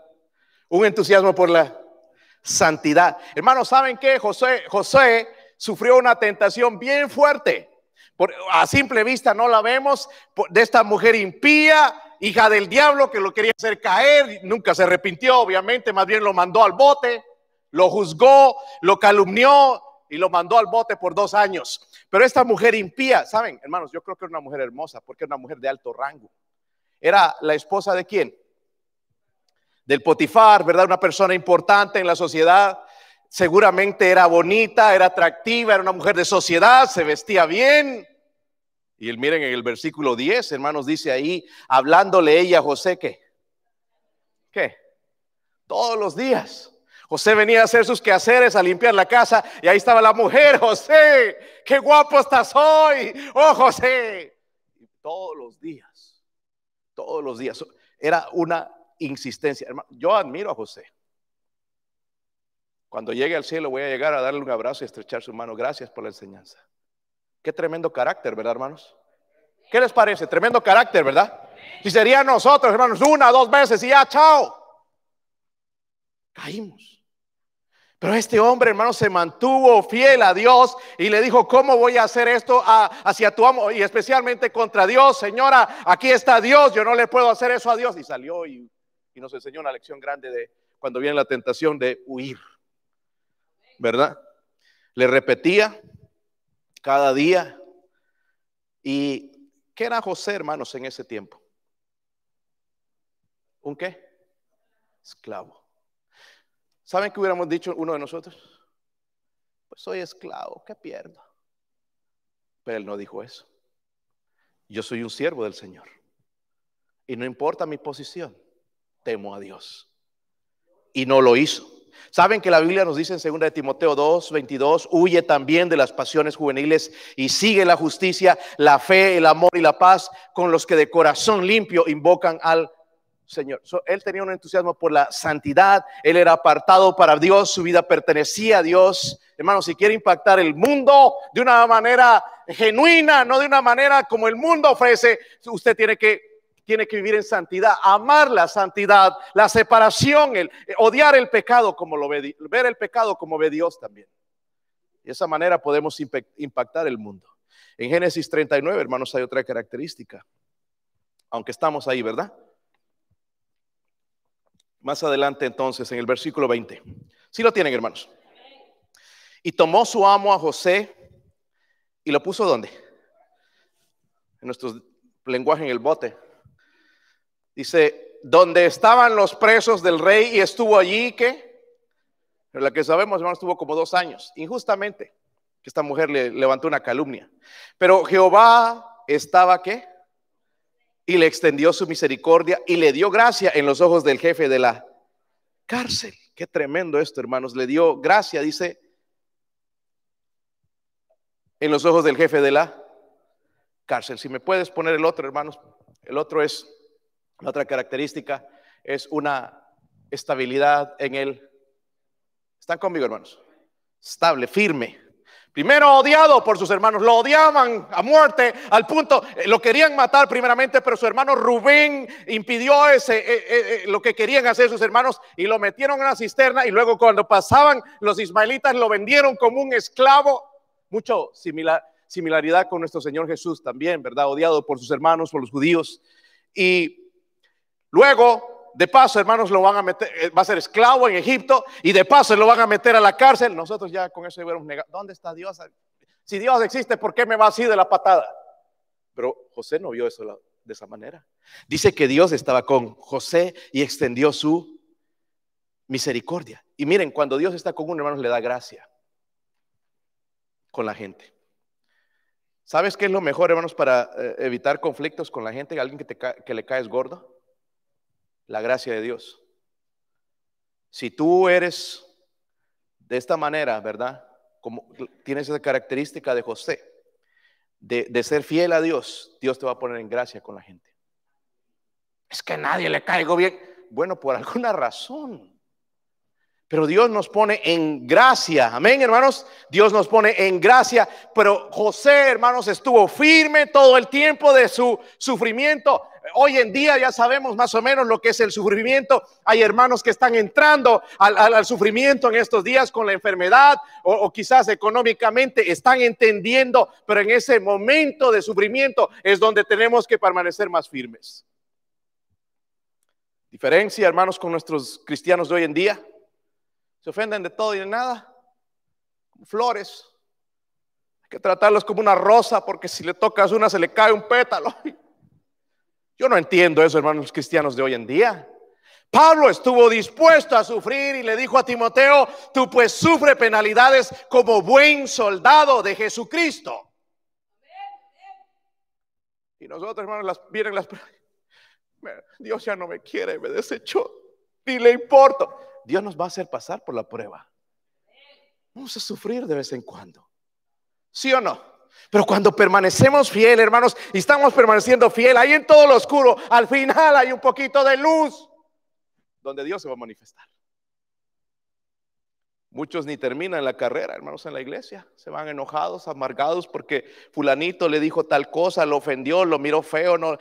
[SPEAKER 1] la santidad. Hermanos, ¿saben qué? Josué sufrió una tentación bien fuerte. A simple vista no la vemos, de esta mujer impía, hija del diablo, que lo quería hacer caer. Nunca se arrepintió, obviamente, más bien lo mandó al bote, lo juzgó, lo calumnió y lo mandó al bote por 2 años. Pero esta mujer impía, ¿saben, hermanos? Yo creo que era una mujer hermosa, porque era una mujer de alto rango. Era la esposa ¿de quién? Del Potifar, ¿verdad? Una persona importante en la sociedad. Seguramente era bonita, era atractiva, era una mujer de sociedad, se vestía bien. Y miren en el versículo 10, hermanos, dice ahí, hablándole ella a José, ¿qué? Todos los días. José venía a hacer sus quehaceres, a limpiar la casa, y ahí estaba la mujer. José, qué guapo estás hoy. Oh, José. Y todos los días. Era una insistencia. Hermano, yo admiro a José. Cuando llegue al cielo voy a llegar a darle un abrazo y estrechar su mano. Gracias por la enseñanza. Qué tremendo carácter, ¿verdad, hermanos? ¿Qué les parece? Tremendo carácter, ¿verdad? Si sería nosotros, hermanos, 1 o 2 veces y ya, chao. Caímos. Pero este hombre, hermano, se mantuvo fiel a Dios y le dijo, ¿cómo voy a hacer esto hacia tu amo? Y especialmente contra Dios. Señora, aquí está Dios, yo no le puedo hacer eso a Dios. Y salió y nos enseñó una lección grande de cuando viene la tentación de huir, ¿verdad? Le repetía cada día. ¿Y qué era José, hermanos, en ese tiempo? ¿Un qué? Esclavo. ¿Saben qué hubiéramos dicho uno de nosotros? Pues soy esclavo, ¿qué pierdo? Pero él no dijo eso. Yo soy un siervo del Señor. Y no importa mi posición, temo a Dios. Y no lo hizo. ¿Saben que la Biblia nos dice en 2 de Timoteo 2:22, huye también de las pasiones juveniles y sigue la justicia, la fe, el amor y la paz con los que de corazón limpio invocan al Señor? Él tenía un entusiasmo por la santidad, él era apartado para Dios, su vida pertenecía a Dios. Hermano, si quiere impactar el mundo de una manera genuina, no de una manera como el mundo ofrece, usted tiene que vivir en santidad, amar la santidad, la separación, odiar el pecado como lo ve, ver el pecado como ve Dios también. De esa manera podemos impactar el mundo. En Génesis 39, hermanos, hay otra característica, aunque estamos ahí, ¿verdad? Más adelante entonces en el versículo 20. ¿Sí lo tienen, hermanos? Y tomó su amo a José y lo puso ¿dónde? En nuestro lenguaje, en el bote. Dice, donde estaban los presos del rey, y estuvo allí, ¿qué? En la que sabemos, hermanos, estuvo como 2 años, injustamente, que esta mujer le levantó una calumnia. Pero Jehová estaba, ¿qué? Y le extendió su misericordia y le dio gracia en los ojos del jefe de la cárcel. Qué tremendo esto, hermanos. Le dio gracia, dice, en los ojos del jefe de la cárcel. Si me puedes poner el otro, hermanos. El otro es, la otra característica es una estabilidad en él. ¿Están conmigo, hermanos? Estable, firme. Primero odiado por sus hermanos, lo odiaban a muerte, al punto, lo querían matar primeramente, pero su hermano Rubén impidió lo que querían hacer sus hermanos y lo metieron en una cisterna, y luego cuando pasaban los ismaelitas lo vendieron como un esclavo. Mucho similaridad con nuestro Señor Jesús también, ¿verdad? Odiado por sus hermanos, por los judíos. Y luego, de paso, hermanos, lo van a meter, va a ser esclavo en Egipto, y de paso lo van a meter a la cárcel. Nosotros ya con eso hubiéramos negado. ¿Dónde está Dios? Si Dios existe, ¿por qué me va así de la patada? Pero José no vio eso de esa manera. Dice que Dios estaba con José y extendió su misericordia. Y miren, cuando Dios está con uno, hermanos, le da gracia con la gente. ¿Sabes qué es lo mejor, hermanos, para evitar conflictos con la gente? Alguien que le caes gordo. La gracia de Dios. Si tú eres de esta manera, ¿verdad? Como tienes esa característica de José, de ser fiel a Dios, Dios te va a poner en gracia con la gente. Es que a nadie le caigo bien. Bueno, por alguna razón. Pero Dios nos pone en gracia. Amén, hermanos. Dios nos pone en gracia. Pero José, hermanos, estuvo firme todo el tiempo de su sufrimiento. Hoy en día ya sabemos más o menos lo que es el sufrimiento. Hay hermanos que están entrando al sufrimiento en estos días con la enfermedad o quizás económicamente están entendiendo. Pero en ese momento de sufrimiento es donde tenemos que permanecer más firmes. Diferencia, hermanos, con nuestros cristianos de hoy en día. Se ofenden de todo y de nada, como flores. Hay que tratarlos como una rosa, porque si le tocas una se le cae un pétalo. Yo no entiendo eso, hermanos cristianos de hoy en día. Pablo estuvo dispuesto a sufrir y le dijo a Timoteo: tú pues sufre penalidades como buen soldado de Jesucristo. Y nosotros, hermanos, vienen las... Dios ya no me quiere, me desechó, ni le importo. Dios nos va a hacer pasar por la prueba. Vamos a sufrir de vez en cuando, ¿sí o no? Pero cuando permanecemos fiel, hermanos, y estamos permaneciendo fiel, ahí en todo lo oscuro, al final hay un poquito de luz donde Dios se va a manifestar. Muchos ni terminan la carrera, hermanos, en la iglesia. Se van enojados, amargados porque fulanito le dijo tal cosa, lo ofendió, lo miró feo. No.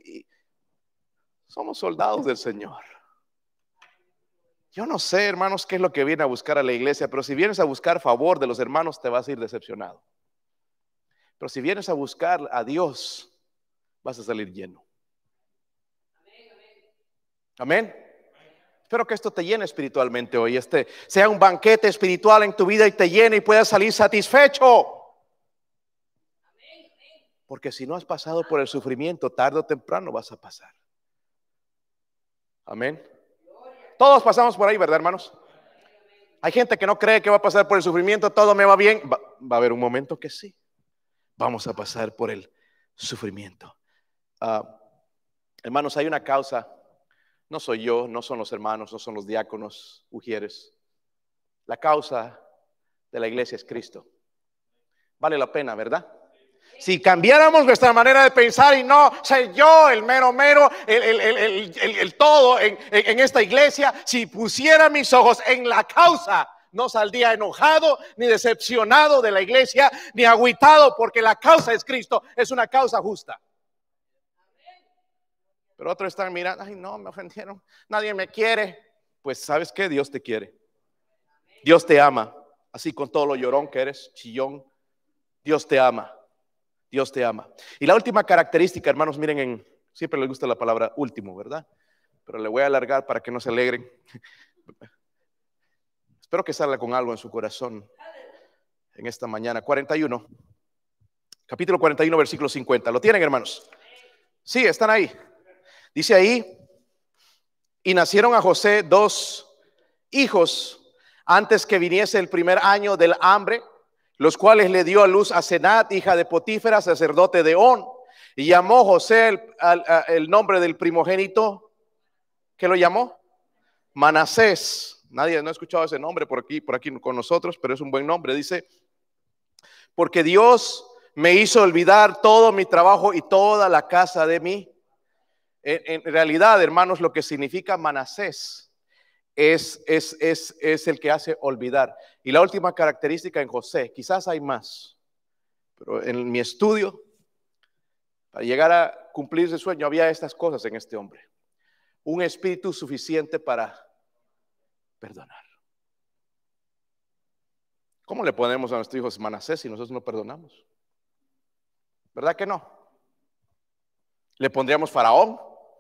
[SPEAKER 1] Somos soldados del Señor. Yo no sé, hermanos, qué es lo que viene a buscar a la iglesia, pero si vienes a buscar favor de los hermanos, te vas a ir decepcionado. Pero si vienes a buscar a Dios, vas a salir lleno. Amén. Espero que esto te llene espiritualmente hoy. Sea un banquete espiritual en tu vida y te llene y puedas salir satisfecho. Porque si no has pasado por el sufrimiento, tarde o temprano vas a pasar. Amén. Todos pasamos por ahí, ¿verdad, hermanos? Hay gente que no cree que va a pasar por el sufrimiento, todo me va bien. Va a haber un momento que sí. Vamos a pasar por el sufrimiento. Hermanos, hay una causa. No soy yo, no son los hermanos, no son los diáconos, ujieres. La causa de la iglesia es Cristo. Vale la pena, ¿verdad? Si cambiáramos nuestra manera de pensar y no ser yo el mero, el todo en esta iglesia, si pusiera mis ojos en la causa, no saldría enojado ni decepcionado de la iglesia, ni agüitado, porque la causa es Cristo, es una causa justa. Pero otros están mirando: ay, no, me ofendieron, nadie me quiere. Pues ¿sabes qué? Dios te quiere. Dios te ama, así con todo lo llorón que eres, chillón. Dios te ama. Dios te ama. Y la última característica, hermanos, miren, siempre les gusta la palabra último, ¿verdad? Pero le voy a alargar para que no se alegren. Espero que salga con algo en su corazón en esta mañana. 41, capítulo 41, versículo 50. ¿Lo tienen, hermanos? Sí, están ahí. Dice ahí: y nacieron a José 2 hijos antes que viniese el primer año del hambre, los cuales le dio a luz a Senat, hija de Potífera, sacerdote de On. Y llamó José el nombre del primogénito. ¿Qué lo llamó? Manasés. Nadie no ha escuchado ese nombre por aquí con nosotros, pero es un buen nombre. Dice: porque Dios me hizo olvidar todo mi trabajo y toda la casa de mí. En realidad, hermanos, lo que significa Manasés es el que hace olvidar. Y la última característica en José, quizás hay más, pero en mi estudio, para llegar a cumplir ese sueño, había estas cosas en este hombre: un espíritu suficiente para perdonar. ¿Cómo le ponemos a nuestros hijos Manasés si nosotros no perdonamos? ¿Verdad que no? ¿Le pondríamos Faraón?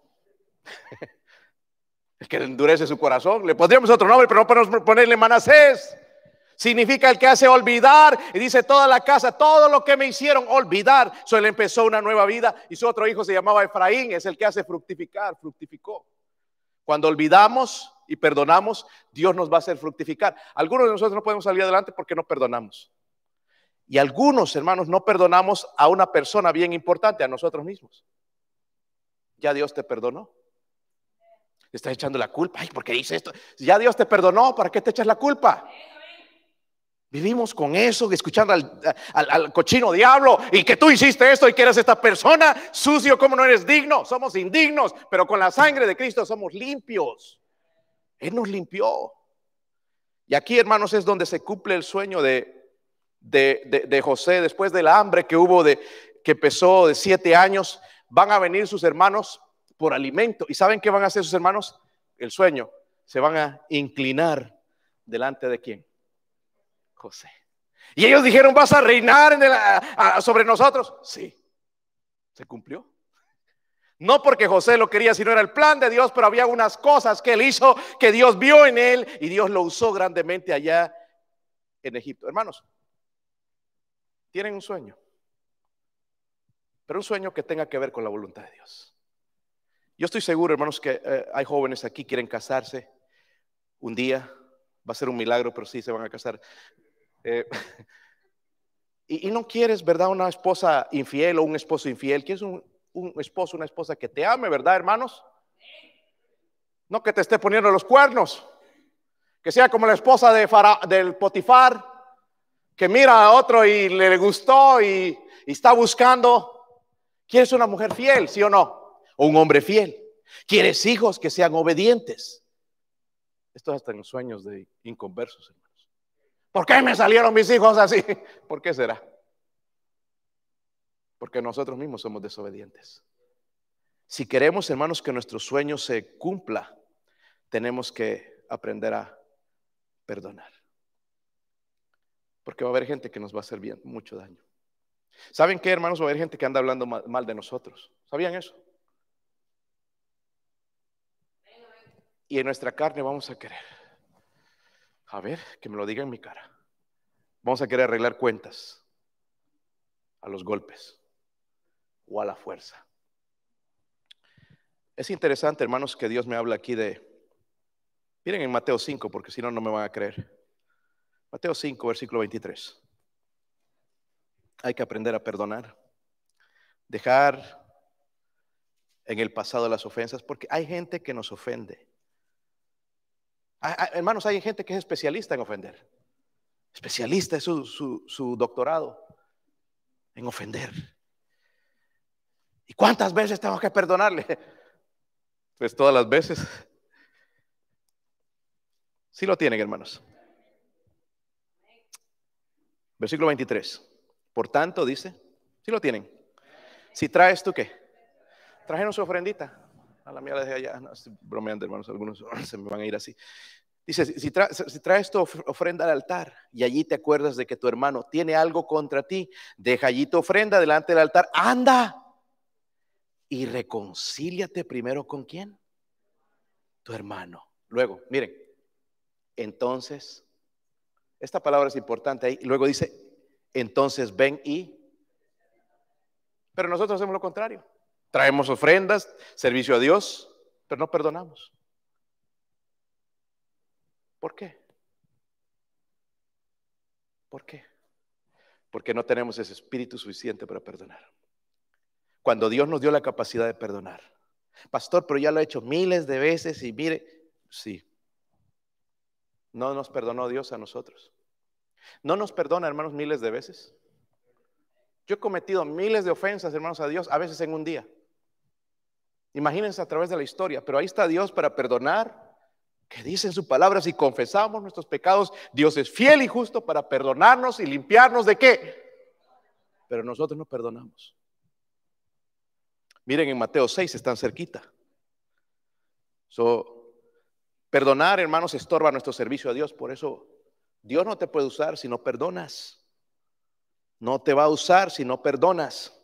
[SPEAKER 1] El que endurece su corazón. Le pondríamos otro nombre, pero no podemos ponerle Manasés. Significa el que hace olvidar. Y dice: toda la casa, todo lo que me hicieron olvidar. So él empezó una nueva vida. Y su otro hijo se llamaba Efraín. Es el que hace fructificar, fructificó. Cuando olvidamos y perdonamos, Dios nos va a hacer fructificar. Algunos de nosotros no podemos salir adelante porque no perdonamos. Y algunos, hermanos, no perdonamos a una persona bien importante, a nosotros mismos. Ya Dios te perdonó. Le estás echando la culpa. Ay, ¿por qué hice esto? Ya Dios te perdonó, ¿para qué te echas la culpa? Vivimos con eso, escuchando al cochino diablo, y que tú hiciste esto y que eres esta persona, sucio, como no eres digno. Somos indignos, pero con la sangre de Cristo somos limpios. Él nos limpió. Y aquí, hermanos, es donde se cumple el sueño de José. Después del hambre que hubo, que empezó de 7 años, van a venir sus hermanos por alimento. ¿Y saben qué van a hacer sus hermanos? El sueño, se van a inclinar delante de ¿quién? José. Y ellos dijeron: ¿vas a reinar sobre nosotros? Sí, se cumplió. No porque José lo quería, sino era el plan de Dios, pero había unas cosas que él hizo, que Dios vio en él, y Dios lo usó grandemente allá en Egipto. Hermanos, tienen un sueño, pero un sueño que tenga que ver con la voluntad de Dios. Yo estoy seguro, hermanos, que hay jóvenes aquí que quieren casarse un día. Va a ser un milagro, pero sí se van a casar. Y no quieres, ¿verdad?, una esposa infiel o un esposo infiel. Quieres un esposo, una esposa que te ame, ¿verdad, hermanos? No que te esté poniendo los cuernos, que sea como la esposa del Potifar, que mira a otro y le gustó y está buscando. ¿Quieres una mujer fiel, sí o no? O un hombre fiel. ¿Quieres hijos que sean obedientes? Esto es hasta en los sueños de inconversos, hermanos. ¿Por qué me salieron mis hijos así? ¿Por qué será? Porque nosotros mismos somos desobedientes. Si queremos, hermanos, que nuestro sueño se cumpla, tenemos que aprender a perdonar. Porque va a haber gente que nos va a hacer mucho daño. ¿Saben qué, hermanos? Va a haber gente que anda hablando mal de nosotros. ¿Sabían eso? Y en nuestra carne vamos a querer, a ver, que me lo diga en mi cara. Vamos a querer arreglar cuentas a los golpes o a la fuerza. Es interesante, hermanos, que Dios me habla aquí miren en Mateo 5, porque si no, no me van a creer. Mateo 5, versículo 23. Hay que aprender a perdonar, dejar en el pasado las ofensas, porque hay gente que nos ofende. Hermanos, hay gente que es especialista en ofender. Especialista, es su doctorado en ofender. ¿Y cuántas veces tengo que perdonarle? Pues todas las veces. Sí lo tienen, hermanos. Versículo 23. Por tanto, dice, sí lo tienen. Si traes tú, ¿qué? Trajeron su ofrendita. A la mía la dejé allá. No, estoy bromeando, hermanos, algunos se me van a ir así. Dice, si traes tu ofrenda al altar y allí te acuerdas de que tu hermano tiene algo contra ti, deja allí tu ofrenda delante del altar, anda y reconcíliate primero ¿con quién? Tu hermano. Luego, miren, entonces, esta palabra es importante ahí. Luego dice, entonces ven pero nosotros hacemos lo contrario. Traemos ofrendas, servicio a Dios, pero no perdonamos. ¿Por qué? ¿Por qué? Porque no tenemos ese espíritu suficiente para perdonar. Cuando Dios nos dio la capacidad de perdonar. Pastor, pero ya lo he hecho miles de veces y mire, sí. No nos perdonó Dios a nosotros. No nos perdona, hermanos, miles de veces. Yo he cometido miles de ofensas, hermanos, a Dios, a veces en un día. Imagínense a través de la historia, pero ahí está Dios para perdonar. Que dice en su palabra, si confesamos nuestros pecados, Dios es fiel y justo para perdonarnos y limpiarnos ¿de qué? Pero nosotros no perdonamos. Miren en Mateo 6, están cerquita. Perdonar, hermanos, estorba nuestro servicio a Dios. Por eso Dios no te puede usar si no perdonas. No te va a usar si no perdonas.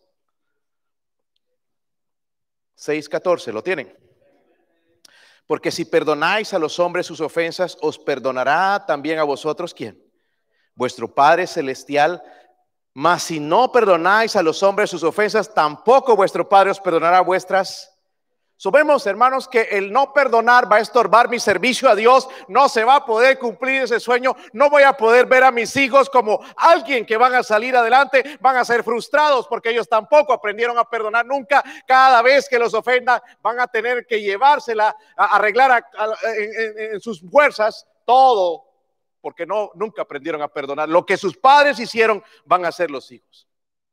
[SPEAKER 1] 6:14, ¿lo tienen? Porque si perdonáis a los hombres sus ofensas, os perdonará también a vosotros, ¿quién? Vuestro Padre Celestial. Mas si no perdonáis a los hombres sus ofensas, tampoco vuestro Padre os perdonará vuestras. Vemos, hermanos, que el no perdonar va a estorbar mi servicio a Dios. No se va a poder cumplir ese sueño. No voy a poder ver a mis hijos como alguien que van a salir adelante. Van a ser frustrados porque ellos tampoco aprendieron a perdonar nunca. Cada vez que los ofenda van a tener que llevársela a arreglar en sus fuerzas todo porque nunca aprendieron a perdonar. Lo que sus padres hicieron van a hacer los hijos.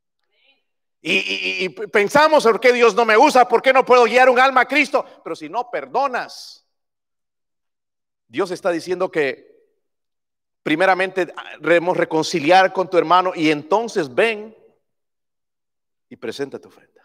[SPEAKER 1] Y pensamos, ¿por qué Dios no me usa? ¿Por qué no puedo guiar un alma a Cristo? Pero si no perdonas, Dios está diciendo que primeramente debemos reconciliar con tu hermano y entonces ven y presenta tu ofrenda.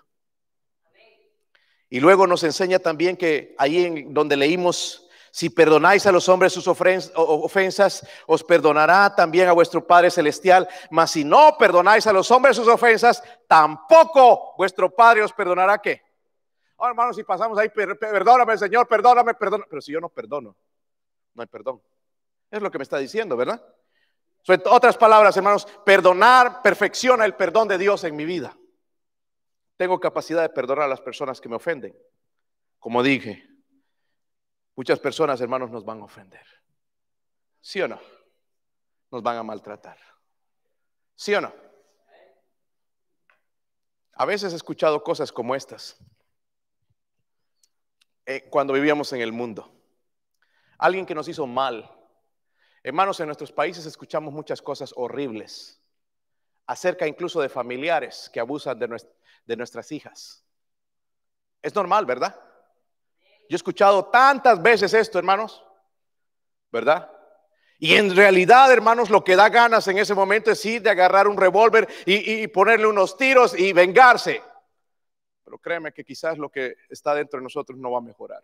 [SPEAKER 1] Y luego nos enseña también que ahí en donde leímos, si perdonáis a los hombres sus ofensas, os perdonará también a vuestro Padre Celestial. Mas si no perdonáis a los hombres sus ofensas, tampoco vuestro Padre os perdonará. ¿Qué? Oh, hermanos, si pasamos ahí, perdóname Señor, perdóname. Pero si yo no perdono, no hay perdón. Es lo que me está diciendo, ¿verdad? En otras palabras, hermanos, perdonar perfecciona el perdón de Dios en mi vida. Tengo capacidad de perdonar a las personas que me ofenden. Como dije, muchas personas, hermanos, nos van a ofender. ¿Sí o no? Nos van a maltratar. ¿Sí o no? A veces he escuchado cosas como estas. Cuando vivíamos en el mundo. Alguien que nos hizo mal. Hermanos, en nuestros países escuchamos muchas cosas horribles. Acerca incluso de familiares que abusan de nuestras hijas. Es normal, ¿verdad? Yo he escuchado tantas veces esto, hermanos, ¿verdad? Y en realidad, hermanos, lo que da ganas en ese momento es ir de agarrar un revólver y ponerle unos tiros y vengarse. Pero créeme que quizás lo que está dentro de nosotros no va a mejorar.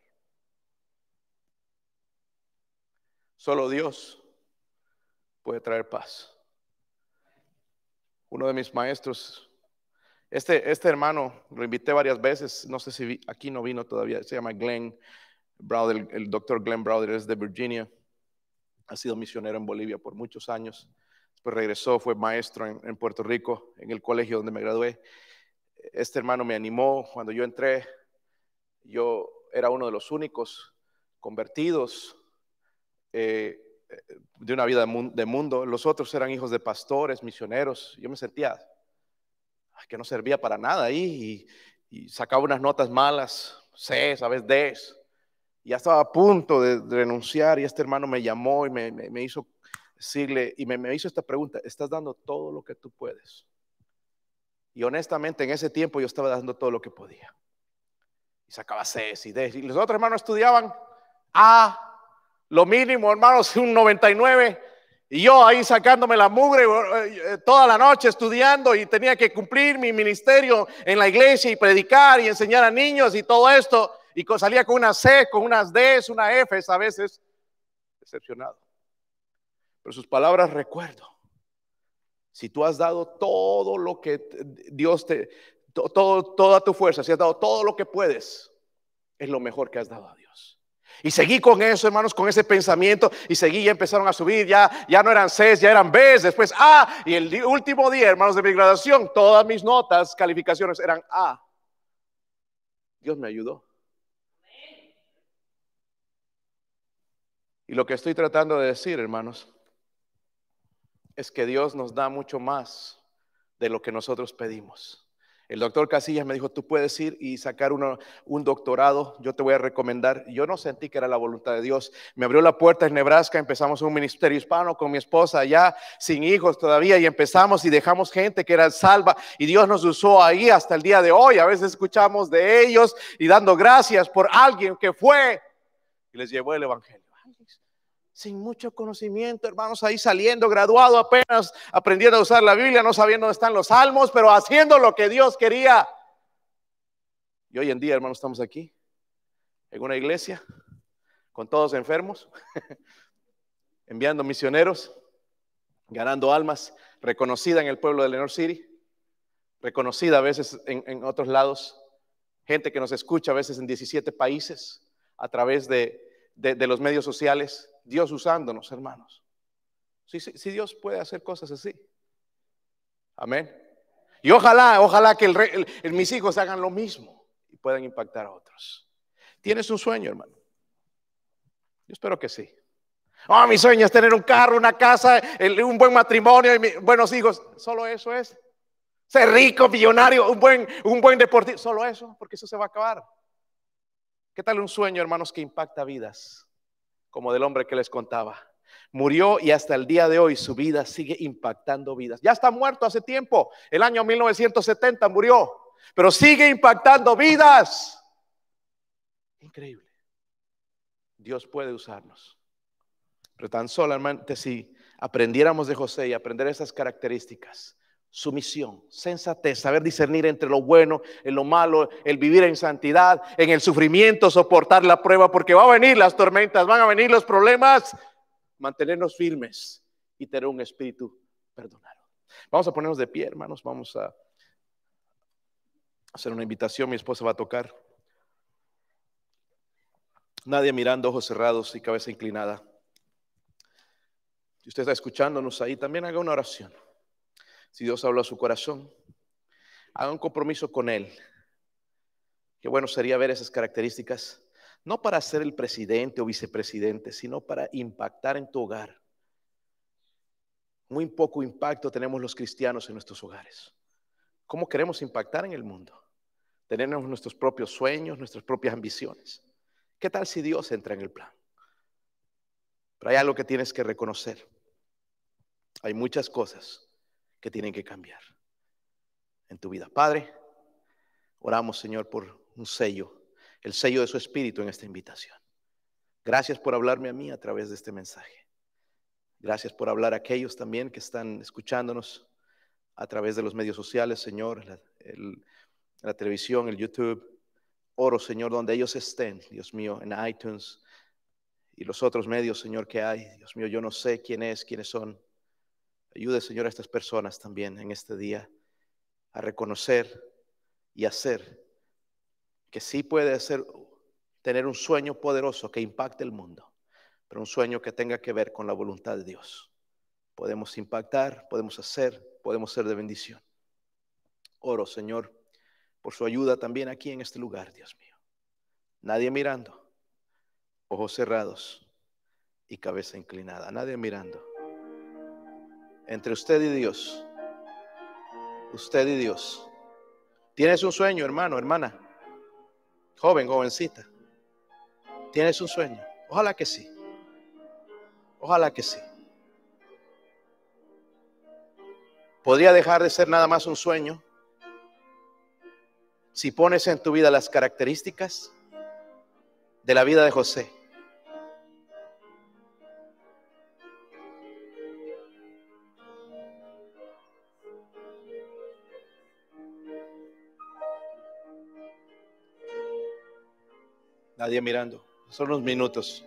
[SPEAKER 1] Solo Dios puede traer paz. Uno de mis maestros, este hermano lo invité varias veces, no sé si aquí no vino todavía, se llama Glenn Browder, el doctor Glenn Browder, es de Virginia, ha sido misionero en Bolivia por muchos años, después regresó, fue maestro en Puerto Rico, en el colegio donde me gradué. Este hermano me animó cuando yo entré, yo era uno de los únicos convertidos de una vida de mundo, los otros eran hijos de pastores, misioneros, yo me sentía que no servía para nada ahí y sacaba unas notas malas, Cs, a veces Ds, y ya estaba a punto de renunciar y este hermano me llamó y me hizo decirle, y me hizo esta pregunta: ¿estás dando todo lo que tú puedes? Y honestamente en ese tiempo yo estaba dando todo lo que podía y sacaba Cs y Ds, y los otros hermanos estudiaban lo mínimo, hermanos, un 99, y yo ahí sacándome la mugre toda la noche estudiando y tenía que cumplir mi ministerio en la iglesia y predicar y enseñar a niños y todo esto, y salía con una C, con unas Ds, una F, a veces decepcionado. Pero sus palabras recuerdo: si tú has dado todo lo que Dios toda tu fuerza, si has dado todo lo que puedes, es lo mejor que has dado a Dios. Y seguí con eso, hermanos, con ese pensamiento, y seguí, ya empezaron a subir, ya no eran Cs, ya eran Bs, después A, y el último día, hermanos, de mi graduación, todas mis notas, calificaciones eran A. Dios me ayudó. Y lo que estoy tratando de decir, hermanos, es que Dios nos da mucho más de lo que nosotros pedimos. El doctor Casillas me dijo: tú puedes ir y sacar un doctorado, yo te voy a recomendar. Yo no sentí que era la voluntad de Dios. Me abrió la puerta en Nebraska, empezamos un ministerio hispano con mi esposa allá, sin hijos todavía, y empezamos y dejamos gente que era salva, y Dios nos usó ahí hasta el día de hoy. A veces escuchamos de ellos y dando gracias por alguien que fue y les llevó el evangelio. Sin mucho conocimiento, hermanos, ahí saliendo, graduado apenas, aprendiendo a usar la Biblia, no sabiendo dónde están los salmos, pero haciendo lo que Dios quería. Y hoy en día, hermanos, estamos aquí, en una iglesia, con todos enfermos, enviando misioneros, ganando almas, reconocida en el pueblo de Lenore City, reconocida a veces en otros lados, gente que nos escucha a veces en 17 países, a través de los medios sociales. Dios usándonos, hermanos. Sí, Dios puede hacer cosas así. Amén. Y ojalá que mis hijos hagan lo mismo y puedan impactar a otros. ¿Tienes un sueño, hermano? Yo espero que sí. Mi sueño es tener un carro, una casa, un buen matrimonio y buenos hijos. Solo eso es. Ser rico, millonario, un buen deportista. Solo eso, porque eso se va a acabar. ¿Qué tal un sueño, hermanos, que impacta vidas? Como del hombre que les contaba. Murió y hasta el día de hoy su vida sigue impactando vidas. Ya está muerto hace tiempo. El año 1970 murió, pero sigue impactando vidas. Increíble. Dios puede usarnos. Pero tan solamente si aprendiéramos de José y aprender esas características: sumisión, sensatez, saber discernir entre lo bueno y lo malo, el vivir en santidad, en el sufrimiento, soportar la prueba, porque va a venir las tormentas, van a venir los problemas. Mantenernos firmes y tener un espíritu perdonado. Vamos a ponernos de pie, hermanos. Vamos a hacer una invitación. Mi esposa va a tocar. Nadie mirando, ojos cerrados y cabeza inclinada. Si usted está escuchándonos ahí, también haga una oración. Si Dios habló a su corazón, haga un compromiso con Él. Qué bueno sería ver esas características, no para ser el presidente o vicepresidente, sino para impactar en tu hogar. Muy poco impacto tenemos los cristianos en nuestros hogares. ¿Cómo queremos impactar en el mundo? Tenemos nuestros propios sueños, nuestras propias ambiciones. ¿Qué tal si Dios entra en el plan? Pero hay algo que tienes que reconocer. Hay muchas cosas que tienen que cambiar en tu vida. Padre, oramos, Señor, por un sello, el sello de su Espíritu en esta invitación. Gracias por hablarme a mí a través de este mensaje. Gracias por hablar a aquellos también que están escuchándonos a través de los medios sociales, Señor, la televisión, el YouTube. Oro, Señor, donde ellos estén, Dios mío, en iTunes y los otros medios, Señor, que hay. Dios mío, yo no sé quiénes son. Ayude, Señor, a estas personas también en este día a reconocer y hacer que sí puede tener un sueño poderoso que impacte el mundo, pero un sueño que tenga que ver con la voluntad de Dios. Podemos impactar, podemos hacer, podemos ser de bendición. Oro, Señor, por su ayuda también aquí en este lugar, Dios mío. Nadie mirando, ojos cerrados y cabeza inclinada. Nadie mirando. Entre usted y Dios. Usted y Dios. ¿Tienes un sueño, hermano, hermana? Joven, jovencita. ¿Tienes un sueño? Ojalá que sí. Ojalá que sí. Podría dejar de ser nada más un sueño si pones en tu vida las características de la vida de José. Nadie mirando. Son unos minutos.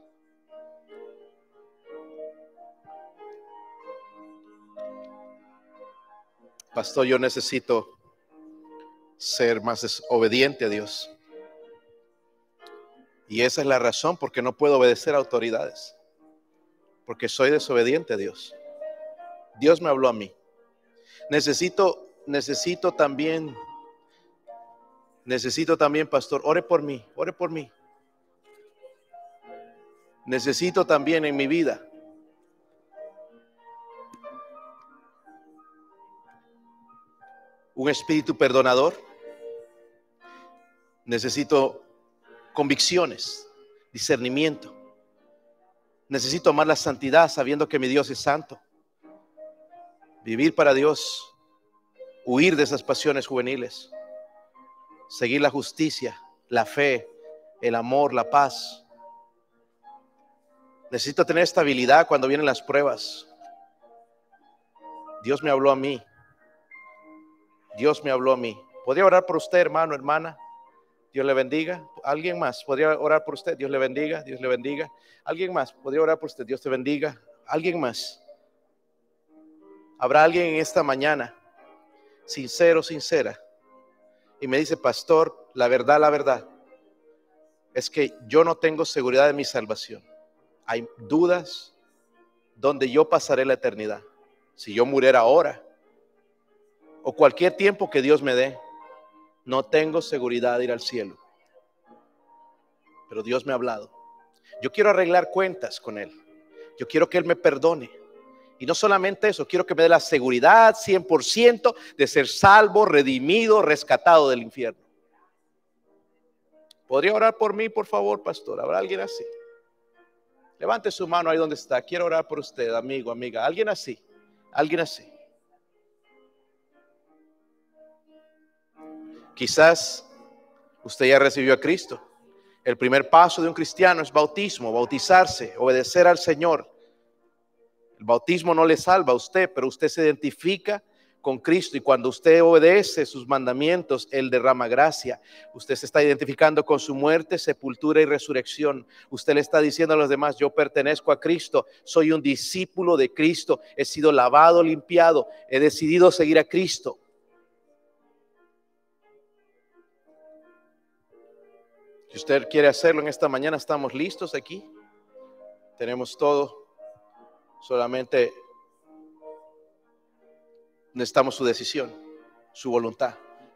[SPEAKER 1] Pastor, yo necesito ser más obediente a Dios. Y esa es la razón por qué no puedo obedecer a autoridades. Porque soy desobediente a Dios. Dios me habló a mí. Necesito también, pastor, ore por mí, ore por mí. Necesito también en mi vida un espíritu perdonador. Necesito convicciones, discernimiento. Necesito amar la santidad sabiendo que mi Dios es santo. Vivir para Dios, huir de esas pasiones juveniles, seguir la justicia, la fe, el amor, la paz. Necesito tener estabilidad cuando vienen las pruebas. Dios me habló a mí. Dios me habló a mí. ¿Podría orar por usted, hermano, hermana? Dios le bendiga. ¿Alguien más podría orar por usted? Dios le bendiga, Dios le bendiga. ¿Alguien más podría orar por usted? Dios te bendiga. ¿Alguien más? ¿Habrá alguien en esta mañana, sincero, sincera, y me dice, pastor, la verdad es que yo no tengo seguridad de mi salvación? Hay dudas donde yo pasaré la eternidad. Si yo muriera ahora o cualquier tiempo que Dios me dé, no tengo seguridad de ir al cielo. Pero Dios me ha hablado. Yo quiero arreglar cuentas con Él. Yo quiero que Él me perdone. Y no solamente eso, quiero que me dé la seguridad 100% de ser salvo, redimido, rescatado del infierno. ¿Podría orar por mí, por favor, pastor? ¿Habrá alguien así? Levante su mano ahí donde está. Quiero orar por usted, amigo, amiga. Alguien así. Alguien así. Quizás usted ya recibió a Cristo. El primer paso de un cristiano es bautismo, bautizarse, obedecer al Señor. El bautismo no le salva a usted, pero usted se identifica con Cristo, y cuando usted obedece sus mandamientos, Él derrama gracia. Usted se está identificando con su muerte, sepultura y resurrección. Usted le está diciendo a los demás: yo pertenezco a Cristo, soy un discípulo de Cristo, he sido lavado, limpiado, he decidido seguir a Cristo. Si usted quiere hacerlo en esta mañana, estamos listos aquí. Tenemos todo. Solamente necesitamos su decisión, su voluntad.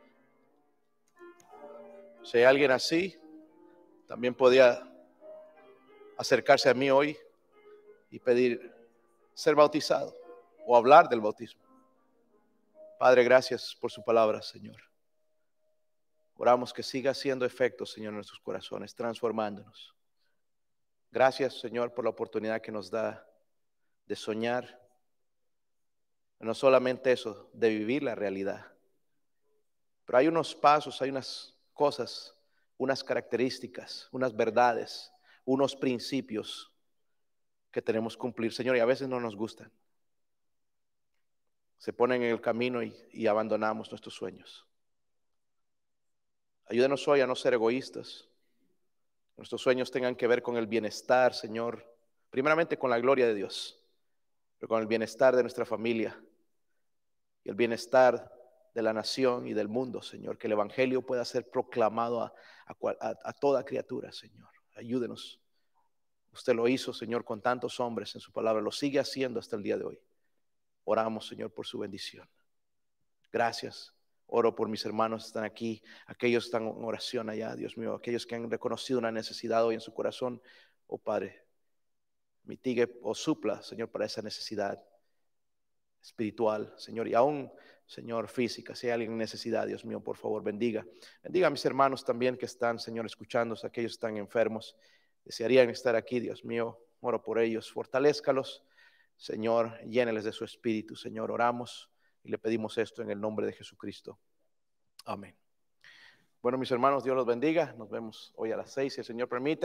[SPEAKER 1] Si hay alguien así, también podía acercarse a mí hoy y pedir ser bautizado o hablar del bautismo. Padre, gracias por su palabra, Señor. Oramos que siga haciendo efecto, Señor, en nuestros corazones, transformándonos. Gracias, Señor, por la oportunidad que nos da de soñar. No solamente eso, de vivir la realidad. Pero hay unos pasos, hay unas cosas, unas características, unas verdades, unos principios que tenemos que cumplir, Señor, y a veces no nos gustan. Se ponen en el camino y abandonamos nuestros sueños. Ayúdanos hoy a no ser egoístas. Nuestros sueños tengan que ver con el bienestar, Señor, primeramente con la gloria de Dios, pero con el bienestar de nuestra familia y el bienestar de la nación y del mundo, Señor. Que el evangelio pueda ser proclamado a toda criatura, Señor. Ayúdenos. Usted lo hizo, Señor, con tantos hombres en su palabra. Lo sigue haciendo hasta el día de hoy. Oramos, Señor, por su bendición. Gracias. Oro por mis hermanos que están aquí, aquellos que están en oración allá, Dios mío, aquellos que han reconocido una necesidad hoy en su corazón. Oh Padre, mitigue o supla, Señor, para esa necesidad espiritual, Señor, y aún, Señor, física. Si hay alguien en necesidad, Dios mío, por favor, bendiga. Bendiga a mis hermanos también que están, Señor, escuchándonos, aquellos que están enfermos, desearían estar aquí, Dios mío. Oro por ellos, fortalézcalos, Señor, lléneles de su espíritu, Señor. Oramos y le pedimos esto en el nombre de Jesucristo. Amén. Bueno, mis hermanos, Dios los bendiga. Nos vemos hoy a las 6, si el Señor permite.